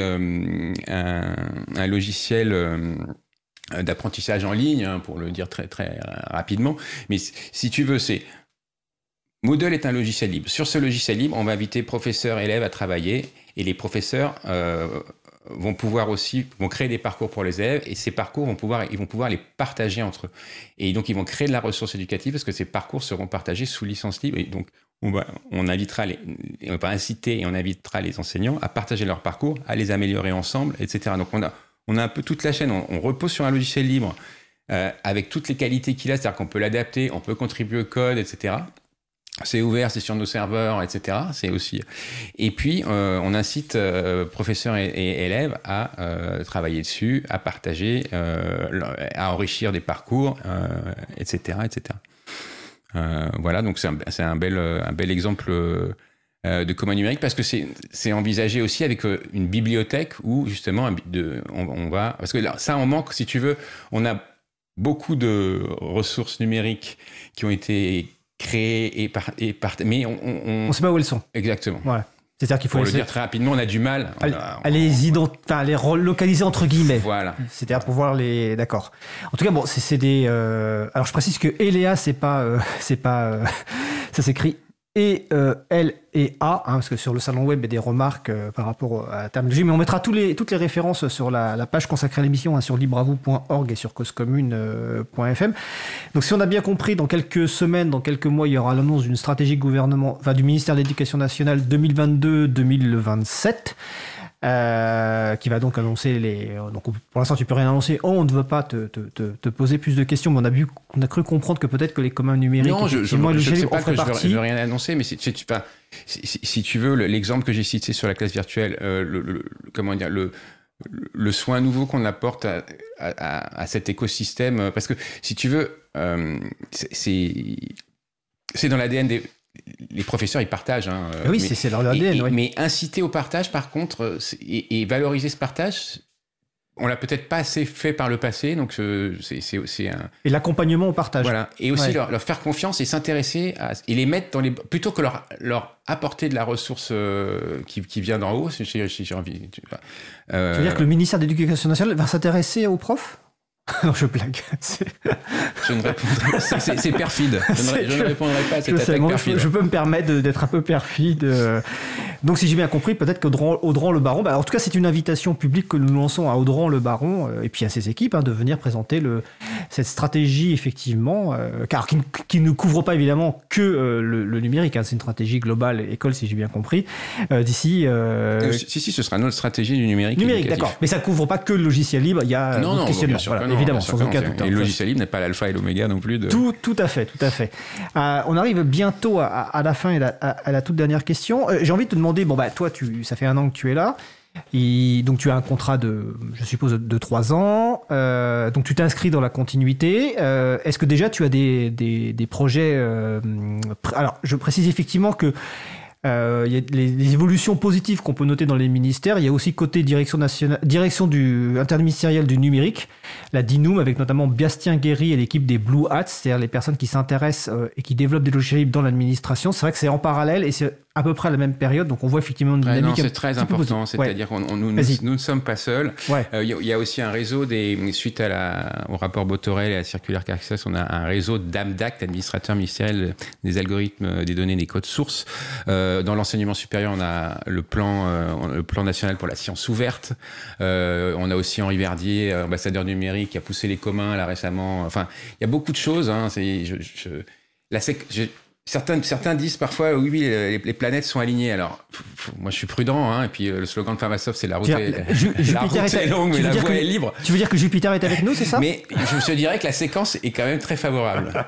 H: un logiciel d'apprentissage en ligne, pour le dire très, très rapidement. Mais si tu veux, Moodle est un logiciel libre. Sur ce logiciel libre, on va inviter professeurs, élèves à travailler. Et les professeurs vont créer des parcours pour les élèves. Et ces parcours, ils vont pouvoir les partager entre eux. Et donc, ils vont créer de la ressource éducative parce que ces parcours seront partagés sous licence libre. Et donc, on va inciter et on invitera les enseignants à partager leur parcours, à les améliorer ensemble, etc. Donc, on a un peu toute la chaîne. On repose sur un logiciel libre avec toutes les qualités qu'il a, c'est-à-dire qu'on peut l'adapter, on peut contribuer au code, etc. C'est ouvert, c'est sur nos serveurs, etc. C'est aussi. Et puis, on incite professeurs et élèves à travailler dessus, à partager, à enrichir des parcours, etc., etc. Voilà, donc c'est un bel exemple de commun numérique parce que c'est envisagé aussi avec une bibliothèque où justement on va, parce que là, ça on manque, si tu veux. On a beaucoup de ressources numériques qui ont été créées mais on
A: sait pas où elles sont.
H: Exactement.
A: Voilà. C'est-à-dire qu'il faut
H: le dire très rapidement, on a du mal
A: à les relocaliser entre guillemets.
H: Voilà.
A: C'est-à-dire pour voir les. D'accord. En tout cas, bon, c'est des. Alors je précise que ELEA, c'est pas ça s'écrit L et A, parce que sur le salon web, il y a des remarques par rapport à la terminologie, mais on mettra toutes les références sur la page consacrée à l'émission, sur libreavou.org et sur causecommune.fm. Donc si on a bien compris, dans quelques semaines, dans quelques mois, il y aura l'annonce d'une stratégie du ministère de l'Éducation nationale 2022-2027. Qui va donc annoncer donc pour l'instant tu peux rien annoncer. On ne veut pas te poser plus de questions, mais on a cru comprendre que peut-être que les communs numériques.
H: Non, je ne sais pas que je veux rien annoncer, mais si tu veux, l'exemple que j'ai cité sur la classe virtuelle, le soin nouveau qu'on apporte à cet écosystème, parce que si tu veux, c'est dans l'ADN les professeurs, ils partagent.
A: Oui, c'est leur ADN. Oui.
H: Mais inciter au partage, par contre, et valoriser ce partage, on l'a peut-être pas assez fait par le passé. Donc, c'est un...
A: Et l'accompagnement au partage.
H: Voilà. Et aussi leur faire confiance et s'intéresser et les mettre plutôt que leur apporter de la ressource qui vient d'en haut. Si j'ai envie. Tu
A: veux dire que le ministère de l'Éducation nationale va s'intéresser aux profs ? Non, je blague.
H: Je ne répondrai pas. C'est perfide. Je ne répondrai pas à cette attaque perfide.
A: Je peux me permettre d'être un peu perfide. Donc, si j'ai bien compris, peut-être qu'Audran Le Baron... en tout cas, c'est une invitation publique que nous lançons à Audran Le Baron et puis à ses équipes de venir présenter cette stratégie, effectivement, car qui ne couvre pas, évidemment, que le numérique. C'est une stratégie globale école, si j'ai bien compris. D'ici...
H: Si, ce sera notre stratégie du numérique.
A: Numérique, d'accord. Mais ça ne couvre pas que le logiciel libre. Il y a
H: non, bien sûr,
A: évidemment, sans aucun doute.
H: Et le logiciel libre n'est pas l'alpha et l'oméga non plus.
A: Tout à fait. On arrive bientôt à la fin et à la toute dernière question. J'ai envie de te demander, toi, ça fait 1 an que tu es là. Donc tu as un contrat je suppose, de 3 ans. Donc tu t'inscris dans la continuité. Est-ce que déjà tu as des projets Alors, je précise effectivement que il y a les évolutions positives qu'on peut noter dans les ministères. Il y a aussi côté direction interministérielle du numérique, la DINUM, avec notamment Bastien Guéry et l'équipe des Blue Hats, c'est-à-dire les personnes qui s'intéressent et qui développent des logiciels libres dans l'administration. C'est vrai que c'est en parallèle et c'est à peu près à la même période, donc on voit effectivement une dynamique.
H: C'est très important, c'est-à-dire que nous ne sommes pas seuls. Il y a aussi un réseau, suite au rapport Botorel et à la circulaire Carcassonne, on a un réseau d'AMDAC, administrateurs ministériels des algorithmes, des données, des codes sources. Dans l'enseignement supérieur, on a le plan national pour la science ouverte. On a aussi Henri Verdier, ambassadeur numérique, qui a poussé les communs là récemment. Enfin, il y a beaucoup de choses. Certains disent parfois, oui, les planètes sont alignées. Alors, moi, je suis prudent, hein, et puis le slogan de Framasoft, c'est la route est longue, mais la voie est libre.
A: Tu veux dire que Jupiter est avec nous, c'est ça?
H: Mais je te dirais que la séquence est quand même très favorable.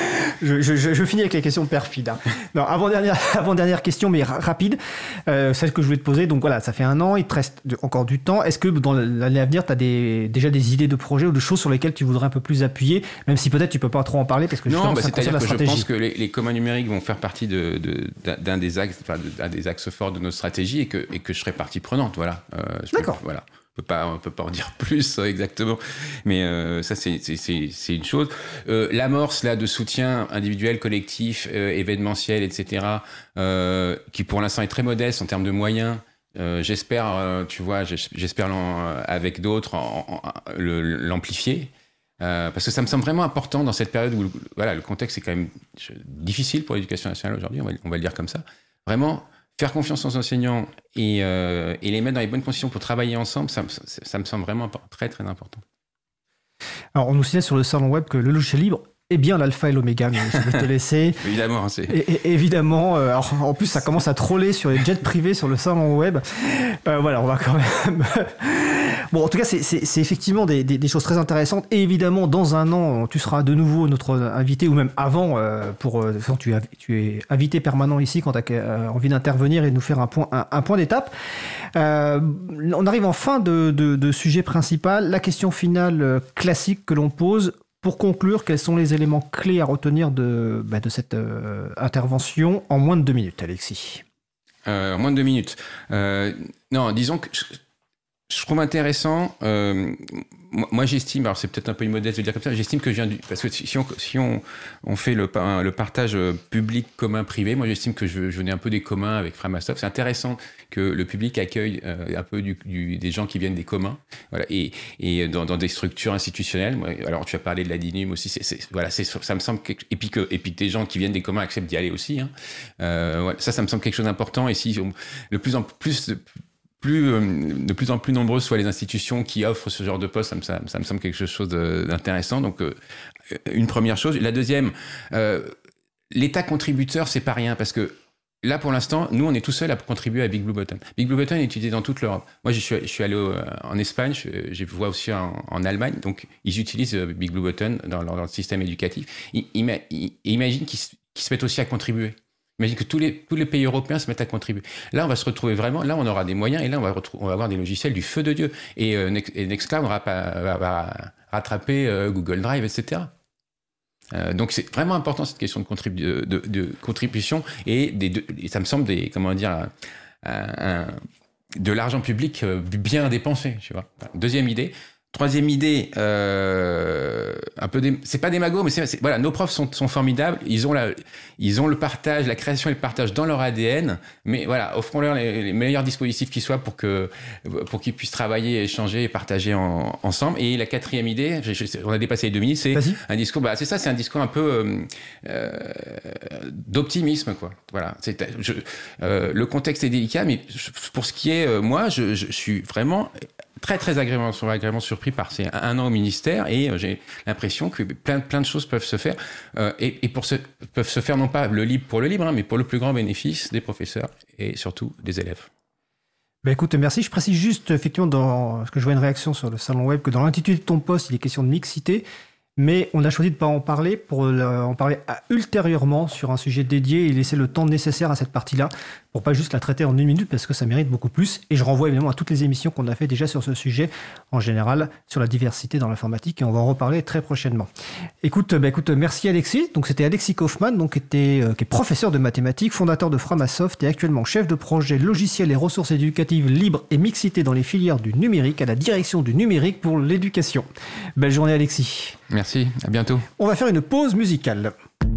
A: Je finis avec les questions perfides. Non, avant-dernière question, mais rapide. Celle que je voulais te poser. Donc voilà, ça fait 1 an, il te reste encore du temps. Est-ce que dans l'année à venir, tu as déjà des idées de projets ou de choses sur lesquelles tu voudrais un peu plus appuyer, même si peut-être tu peux pas trop en parler parce que
H: non,
A: ça
H: c'est-à-dire que
A: stratégie.
H: Je pense que les communs numériques vont faire partie d'un des axes forts de notre stratégie et que je serai partie prenante. Voilà.
A: D'accord.
H: Voilà. On peut pas en dire plus exactement, mais ça c'est une chose. L'amorce là de soutien individuel, collectif, événementiel, etc., qui pour l'instant est très modeste en termes de moyens. J'espère, j'espère avec d'autres l'amplifier. Parce que ça me semble vraiment important dans cette période où le contexte est quand même difficile pour l'éducation nationale aujourd'hui, on va le dire comme ça. Vraiment, faire confiance aux enseignants et les mettre dans les bonnes conditions pour travailler ensemble, ça me semble vraiment très, très important.
A: Alors, on nous signale sur le salon web que le logiciel libre est bien l'alpha et l'oméga, mais je vais te laisser.
H: Évidemment.
A: Évidemment. Alors, en plus, ça commence à troller sur les jets privés sur le salon web. Voilà, on va quand même... Bon, en tout cas, c'est effectivement des choses très intéressantes. Et évidemment, dans 1 an, tu seras de nouveau notre invité, ou même avant, tu es invité permanent ici quand tu as envie d'intervenir et de nous faire un point d'étape. On arrive en fin de sujet principal. La question finale classique que l'on pose. Pour conclure, quels sont les éléments clés à retenir de cette intervention en moins de 2 minutes, Alexis?
H: En moins de 2 minutes. Non, disons que... Je trouve intéressant, moi j'estime, alors c'est peut-être un peu immodeste de dire comme ça, j'estime que parce que si on fait le partage public, commun, privé, moi j'estime que je venais un peu des communs avec Framasoft. C'est intéressant que le public accueille un peu des gens qui viennent des communs, voilà, et dans des structures institutionnelles. Alors tu as parlé de la DINUM aussi, ça me semble et puis que des gens qui viennent des communs acceptent d'y aller aussi, hein. Ça me semble quelque chose d'important. Et si de plus en plus nombreuses soient les institutions qui offrent ce genre de poste, ça me semble quelque chose d'intéressant. Donc, une première chose. La deuxième, l'État contributeur, c'est pas rien, parce que là, pour l'instant, nous, on est tout seul à contribuer à Big Blue Button. Big Blue Button est utilisé dans toute l'Europe. Moi, je suis allé en Espagne, je vois aussi en Allemagne, donc ils utilisent Big Blue Button dans leur système éducatif. Imagine qu'ils se mettent aussi à contribuer. Imagine que tous les pays européens se mettent à contribuer. Là, on va se retrouver vraiment, là, on aura des moyens, et là, on va avoir des logiciels du feu de Dieu. Et Nextcloud va rattraper Google Drive, etc. Donc, c'est vraiment important, cette question de contribution, et ça me semble de l'argent public bien dépensé, tu vois. Deuxième idée. Troisième idée, c'est pas démago, mais voilà, nos profs sont formidables. Ils ont le partage, la création et le partage dans leur ADN. Mais voilà, offrons-leur les meilleurs dispositifs qui soient pour qu'ils puissent travailler, échanger et partager ensemble. Et la quatrième idée, on a dépassé les 2 minutes, c'est un discours. C'est un discours un peu d'optimisme, quoi. Voilà. Le contexte est délicat, mais pour ce qui est, moi, je suis vraiment très très agréablement surpris par ces 1 an au ministère, et j'ai l'impression que plein de choses peuvent se faire peuvent se faire non pas le libre pour le libre, hein, mais pour le plus grand bénéfice des professeurs et surtout des élèves.
A: Écoute, merci. Je précise juste effectivement parce que je vois une réaction sur le salon web que dans l'intitulé de ton poste il est question de mixité, mais on a choisi de ne pas en parler pour en parler ultérieurement sur un sujet dédié et laisser le temps nécessaire à cette partie-là pour pas juste la traiter en 1 minute, parce que ça mérite beaucoup plus. Et je renvoie évidemment à toutes les émissions qu'on a fait déjà sur ce sujet, en général, sur la diversité dans l'informatique, et on va en reparler très prochainement. Écoute, merci Alexis. Donc c'était Alexis Kaufmann, qui est professeur de mathématiques, fondateur de Framasoft et actuellement chef de projet logiciel et ressources éducatives libres et mixité dans les filières du numérique à la direction du numérique pour l'éducation. Belle journée Alexis.
H: Merci, à bientôt.
A: On va faire une pause musicale.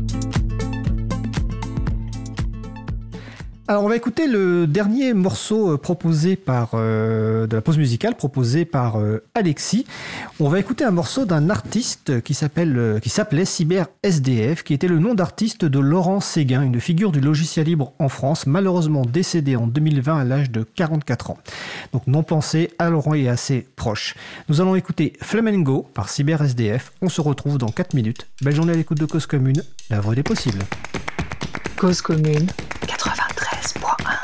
A: Alors on va écouter le dernier morceau proposé de la pause musicale proposé par Alexis. On va écouter un morceau d'un artiste qui s'appelait Cyber SDF, qui était le nom d'artiste de Laurent Séguin, une figure du logiciel libre en France, malheureusement décédé en 2020 à l'âge de 44 ans. Donc non pensé à Laurent et assez proche. Nous allons écouter Flamengo par Cyber SDF. On se retrouve dans 4 minutes. Belle journée à l'écoute de Cause Commune, la voix des possibles.
G: Cause commune 93.1.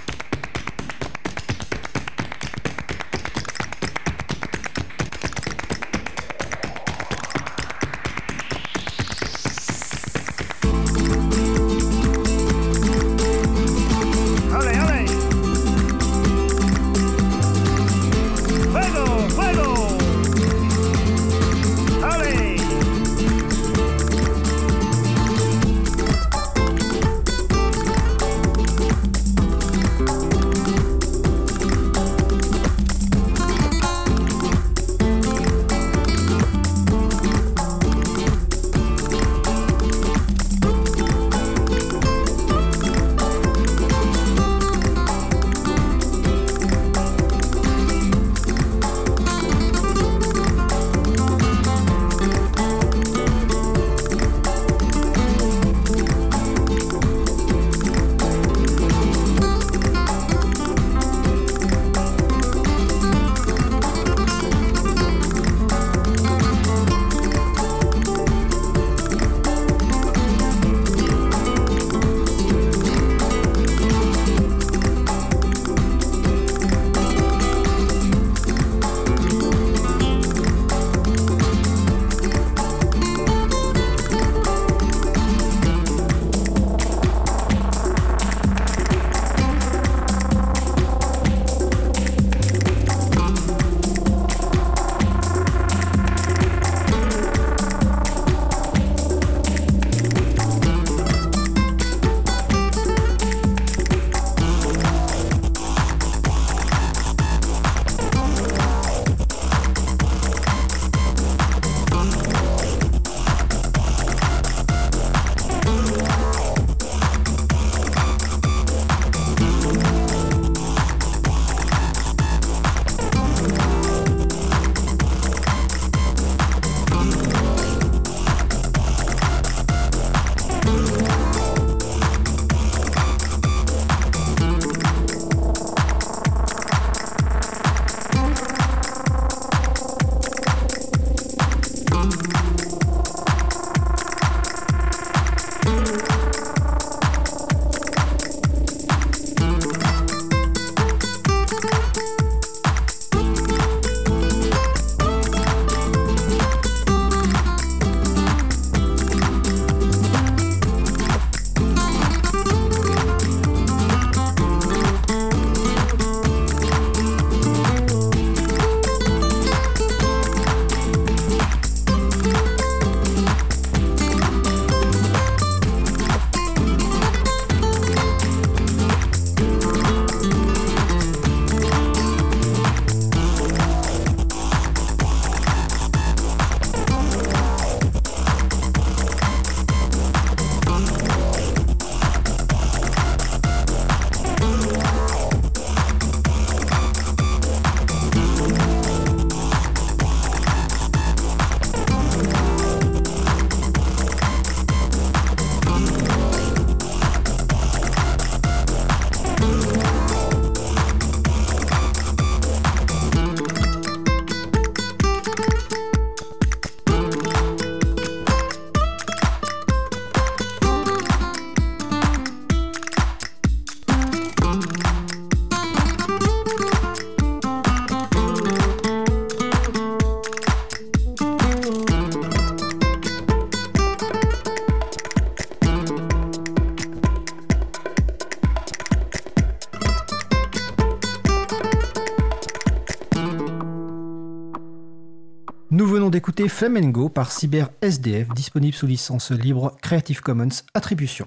A: Nous venons d'écouter Flamengo par Cyber SDF, disponible sous licence libre Creative Commons Attribution.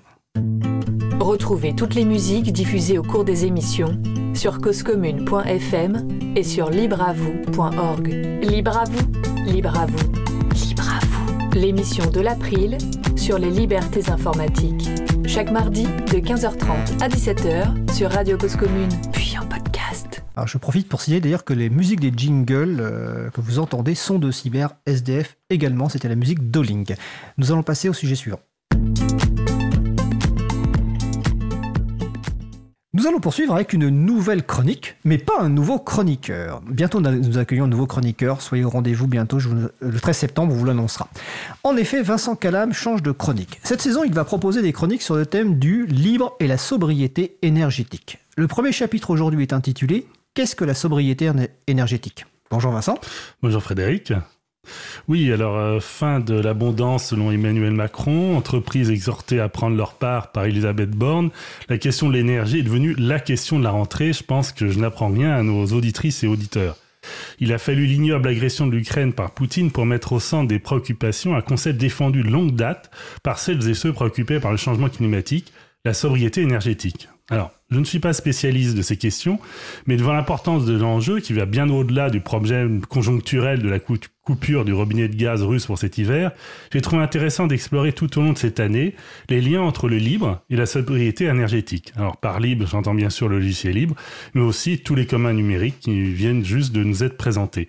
D: Retrouvez toutes les musiques diffusées au cours des émissions sur causecommune.fm et sur libreavou.org. Libre à vous, libre à vous, libre à vous. L'émission de l'April sur les libertés informatiques. Chaque mardi de 15h30 à 17h sur Radio Cause Commune, puis en podcast.
A: Alors je profite pour signaler d'ailleurs que les musiques des jingles que vous entendez sont de Cyber SDF également. C'était la musique d'Olink. Nous allons passer au sujet suivant. Nous Nous allons poursuivre avec une nouvelle chronique, mais pas un nouveau chroniqueur. Bientôt, nous accueillons un nouveau chroniqueur. Soyez au rendez-vous bientôt, le 13 septembre, on vous l'annoncera. En effet, Vincent Calam change de chronique. Cette saison, il va proposer des chroniques sur le thème du libre et la sobriété énergétique. Le premier chapitre aujourd'hui est intitulé « Qu'est-ce que la sobriété énergétique ?» Bonjour Vincent.
I: Bonjour Frédéric. Oui, alors fin de l'abondance selon Emmanuel Macron, entreprises exhortées à prendre leur part par Elisabeth Borne, la question de l'énergie est devenue la question de la rentrée. Je pense que je n'apprends rien à nos auditrices et auditeurs. Il a fallu l'ignoble agression de l'Ukraine par Poutine pour mettre au centre des préoccupations un concept défendu de longue date par celles et ceux préoccupés par le changement climatique, la sobriété énergétique. Alors, je ne suis pas spécialiste de ces questions, mais devant l'importance de l'enjeu qui va bien au-delà du problème conjoncturel de la coupure du robinet de gaz russe pour cet hiver, j'ai trouvé intéressant d'explorer tout au long de cette année les liens entre le libre et la sobriété énergétique. Alors, par libre, j'entends bien sûr le logiciel libre, mais aussi tous les communs numériques qui viennent juste de nous être présentés.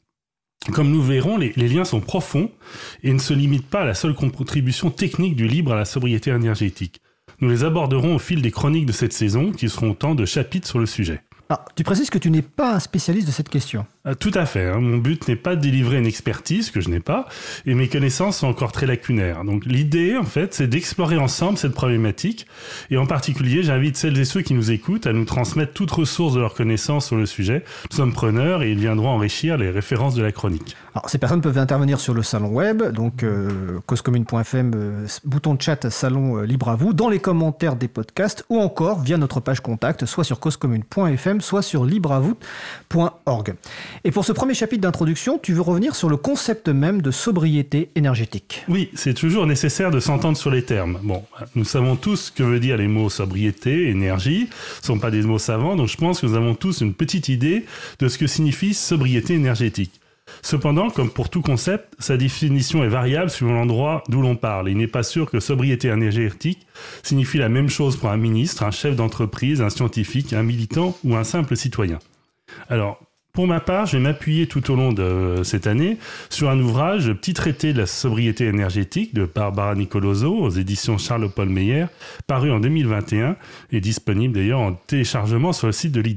I: Comme nous verrons, les liens sont profonds et ne se limitent pas à la seule contribution technique du libre à la sobriété énergétique. Nous les aborderons au fil des chroniques de cette saison, qui seront autant de chapitres sur le sujet.
A: Alors, tu précises que tu n'es pas un spécialiste de cette question.
I: Tout à fait. Mon but n'est pas de délivrer une expertise, que je n'ai pas, et mes connaissances sont encore très lacunaires. Donc l'idée, en fait, c'est d'explorer ensemble cette problématique, et en particulier, j'invite celles et ceux qui nous écoutent à nous transmettre toute ressource de leurs connaissances sur le sujet. Nous sommes preneurs et ils viendront enrichir les références de la chronique.
A: Alors, ces personnes peuvent intervenir sur le salon web, donc causecommune.fm, bouton de chat, salon libre à vous, dans les commentaires des podcasts, ou encore via notre page contact, soit sur causecommune.fm, soit sur libreavout.org. Et pour ce premier chapitre d'introduction, tu veux revenir sur le concept même de sobriété énergétique.
I: Oui, c'est toujours nécessaire de s'entendre sur les termes. Bon, nous savons tous ce que veut dire les mots sobriété, énergie. Ce ne sont pas des mots savants, donc je pense que nous avons tous une petite idée de ce que signifie sobriété énergétique. Cependant, comme pour tout concept, sa définition est variable selon l'endroit d'où l'on parle. Il n'est pas sûr que sobriété énergétique signifie la même chose pour un ministre, un chef d'entreprise, un scientifique, un militant ou un simple citoyen. Alors, pour ma part, je vais m'appuyer tout au long de cette année sur un ouvrage, le Petit traité de la sobriété énergétique de Barbara Nicoloso aux éditions Charles-Paul Meyer, paru en 2021 et disponible d'ailleurs en téléchargement sur le site de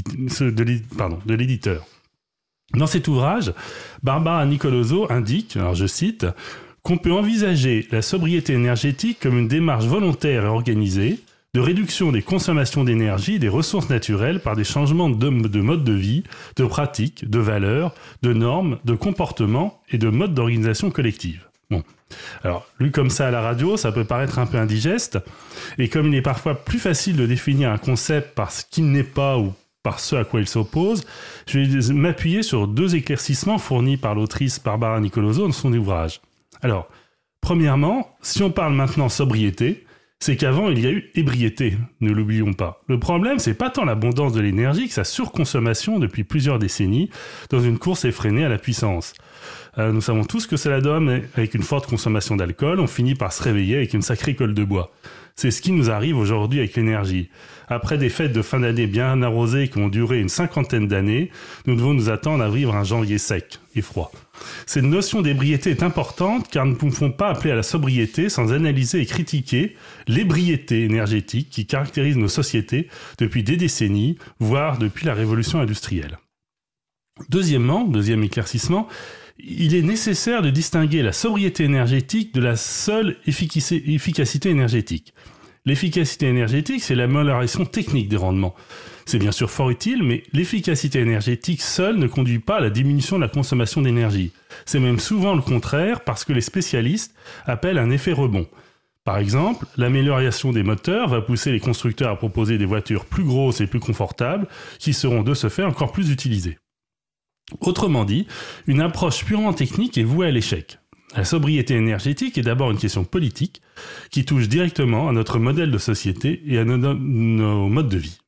I: l'éditeur. Dans cet ouvrage, Barbara Nicoloso indique, alors je cite, qu'on peut envisager la sobriété énergétique comme une démarche volontaire et organisée de réduction des consommations d'énergie et des ressources naturelles par des changements de mode de vie, de pratiques, de valeurs, de normes, de comportements et de modes d'organisation collective. Bon. Alors, lu comme ça à la radio, ça peut paraître un peu indigeste, et comme il est parfois plus facile de définir un concept par ce qu'il n'est pas ou par ce à quoi il s'oppose, je vais m'appuyer sur deux éclaircissements fournis par l'autrice Barbara Nicoloso dans son ouvrage. Alors, premièrement, si on parle maintenant sobriété, c'est qu'avant il y a eu ébriété, ne l'oublions pas. Le problème, c'est pas tant l'abondance de l'énergie que sa surconsommation depuis plusieurs décennies dans une course effrénée à la puissance. Nous savons tous que cela donne, avec une forte consommation d'alcool, on finit par se réveiller avec une sacrée colle de bois. C'est ce qui nous arrive aujourd'hui avec l'énergie. Après des fêtes de fin d'année bien arrosées qui ont duré une 50aine d'années, nous devons nous attendre à vivre un janvier sec et froid. Cette notion d'ébriété est importante car nous ne pouvons pas appeler à la sobriété sans analyser et critiquer l'ébriété énergétique qui caractérise nos sociétés depuis des décennies, voire depuis la révolution industrielle. Deuxièmement, deuxième éclaircissement, il est nécessaire de distinguer la sobriété énergétique de la seule efficacité énergétique. L'efficacité énergétique, c'est l'amélioration technique des rendements. C'est bien sûr fort utile, mais l'efficacité énergétique seule ne conduit pas à la diminution de la consommation d'énergie. C'est même souvent le contraire parce que les spécialistes appellent un effet rebond. Par exemple, l'amélioration des moteurs va pousser les constructeurs à proposer des voitures plus grosses et plus confortables qui seront de ce fait encore plus utilisées. Autrement dit, une approche purement technique est vouée à l'échec. La sobriété énergétique est d'abord une question politique qui touche directement à notre modèle de société et à nos modes de vie.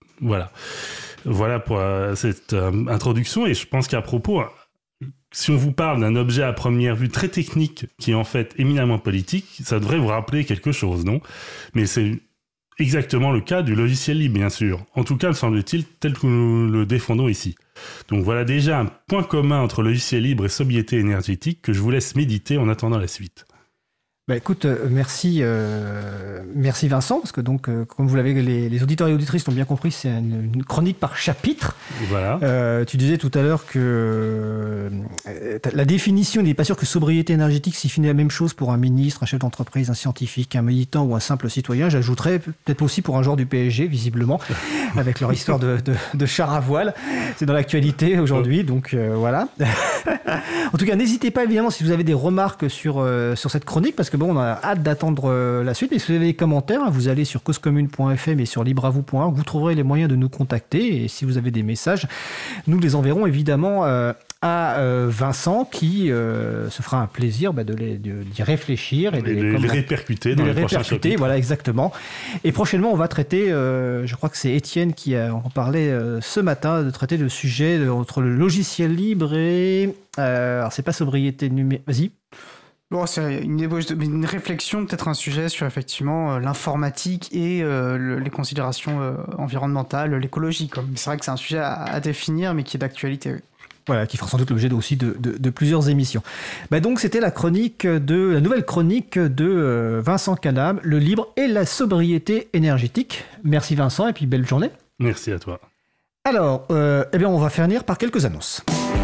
I: Voilà pour cette introduction, et je pense qu'à propos, si on vous parle d'un objet à première vue très technique qui est en fait éminemment politique, ça devrait vous rappeler quelque chose, non ? Mais c'est exactement le cas du logiciel libre, bien sûr. En tout cas, me semble-t-il, tel que nous le défendons ici. Donc voilà déjà un point commun entre logiciel libre et sobriété énergétique que je vous laisse méditer en attendant la suite.
A: Bah écoute, merci Vincent, parce que donc, comme vous l'avez, les auditeurs et auditrices l'ont bien compris, c'est une chronique par chapitre.
I: Voilà.
A: Tu disais tout à l'heure que la définition, il n'est pas sûr que sobriété énergétique signifie la même chose pour un ministre, un chef d'entreprise, un scientifique, un militant ou un simple citoyen. J'ajouterais peut-être aussi pour un joueur du PSG, visiblement, avec leur histoire de char à voile. C'est dans l'actualité aujourd'hui, donc voilà. En tout cas, n'hésitez pas évidemment si vous avez des remarques sur cette chronique, parce que bon, on a hâte d'attendre la suite. Et si vous avez des commentaires, vous allez sur causecommune.fm et sur libreavou.org, vous trouverez les moyens de nous contacter. Et si vous avez des messages, nous les enverrons évidemment à Vincent, qui se fera un plaisir d'y réfléchir et de
I: les répercuter dans les prochains chapitres.
A: Voilà, exactement. Et prochainement, on va traiter, je crois que c'est Étienne qui en parlait ce matin, de traiter le sujet entre le logiciel libre et... alors, c'est pas sobriété numérique... Vas-y.
C: Bon, c'est une réflexion, peut-être un sujet sur effectivement l'informatique et les considérations environnementales, l'écologie. C'est vrai que c'est un sujet à définir, mais qui est d'actualité. Oui.
A: Voilà, qui fera sans doute l'objet aussi de plusieurs émissions. Donc c'était la nouvelle chronique de Vincent Calam, le libre et la sobriété énergétique. Merci Vincent, et puis belle journée.
I: Merci à toi.
A: Alors, on va finir par quelques annonces.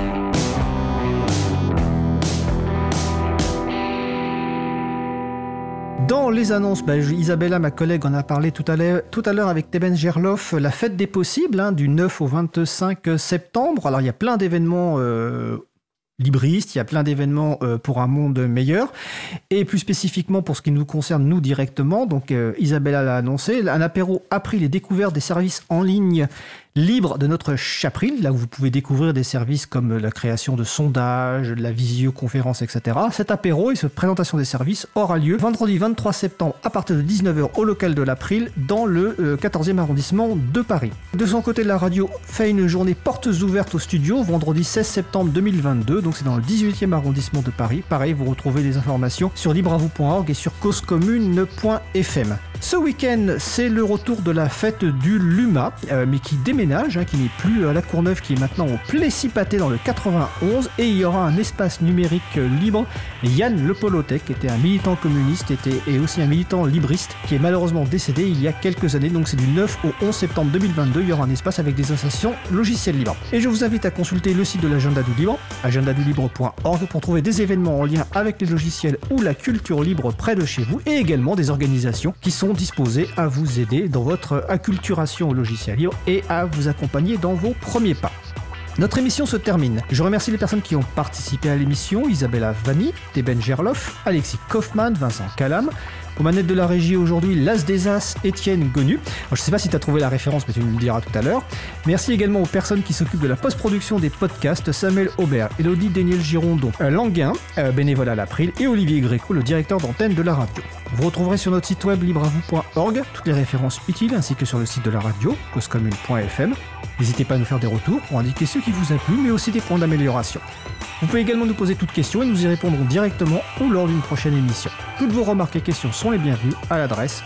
A: Dans les annonces, Isabella, ma collègue, en a parlé tout à l'heure avec Teben Gerloff, la fête des possibles, du 9 au 25 septembre. Alors, il y a plein d'événements libristes, il y a plein d'événements pour un monde meilleur. Et plus spécifiquement, pour ce qui nous concerne, nous, directement, donc Isabella l'a annoncé, un apéro April et découverte des services en ligne libres de notre Chapril, là où vous pouvez découvrir des services comme la création de sondages, de la visioconférence, etc. Cet apéro et cette présentation des services aura lieu vendredi 23 septembre à partir de 19h au local de l'April dans le 14e arrondissement de Paris. De son côté, la radio fait une journée portes ouvertes au studio vendredi 16 septembre 2022, donc c'est dans le 18e arrondissement de Paris. Pareil, vous retrouvez les informations sur libreavou.org et sur causecommune.fm. Ce week-end, c'est le retour de la fête du Luma, mais qui déménage, qui n'est plus à la Courneuve, qui est maintenant au Plessis-Pâté dans le 91, et il y aura un espace numérique libre. Yann Le Polotec, qui était un militant communiste et aussi un militant libriste, qui est malheureusement décédé il y a quelques années, donc c'est du 9 au 11 septembre 2022, il y aura un espace avec des associations logiciels libres. Et je vous invite à consulter le site de l'Agenda du Libre, agendadulibre.org, pour trouver des événements en lien avec les logiciels ou la culture libre près de chez vous, et également des organisations qui sont disposées à vous aider dans votre acculturation au logiciel libre et à vous accompagner dans vos premiers pas. Notre émission se termine. Je remercie les personnes qui ont participé à l'émission: Isabella Vanni, Teben Gerloff, Alexis Kaufmann, Vincent Calam. Aux manettes de la régie aujourd'hui, l'as des as, Étienne Gonu. Je ne sais pas si tu as trouvé la référence, mais tu me le diras tout à l'heure. Merci également aux personnes qui s'occupent de la post-production des podcasts: Samuel Aubert, Elodie Déniel Girondon, Languin, bénévole à l'April, et Olivier Gréco, le directeur d'antenne de la radio. Vous retrouverez sur notre site web libreavou.org toutes les références utiles, ainsi que sur le site de la radio, causecommune.fm. N'hésitez pas à nous faire des retours pour indiquer ce qui vous a plu, mais aussi des points d'amélioration. Vous pouvez également nous poser toutes questions et nous y répondrons directement ou lors d'une prochaine émission. Toutes vos remarques et questions sont les bienvenues à l'adresse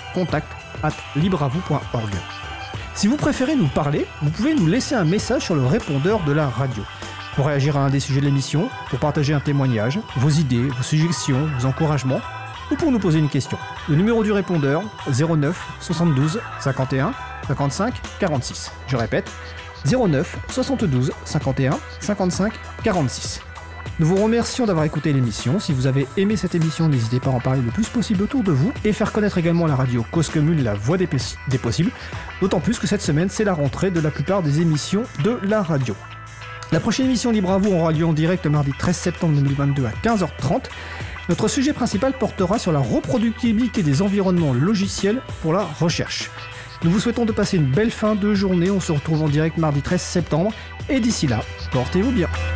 A: contact@libreavou.org. Si vous préférez nous parler, vous pouvez nous laisser un message sur le répondeur de la radio. Pour réagir à un des sujets de l'émission, pour partager un témoignage, vos idées, vos suggestions, vos encouragements, ou pour nous poser une question. Le numéro du répondeur, 09 72 51 55 46. Je répète, 09 72 51 55 46. Nous vous remercions d'avoir écouté l'émission. Si vous avez aimé cette émission, n'hésitez pas à en parler le plus possible autour de vous et faire connaître également la radio Cause Commune, la voix des possibles. D'autant plus que cette semaine, c'est la rentrée de la plupart des émissions de la radio. La prochaine émission Libre à vous aura lieu en direct mardi 13 septembre 2022 à 15h30. Notre sujet principal portera sur la reproductibilité des environnements logiciels pour la recherche. Nous vous souhaitons de passer une belle fin de journée. On se retrouve en direct mardi 13 septembre. Et d'ici là, portez-vous bien.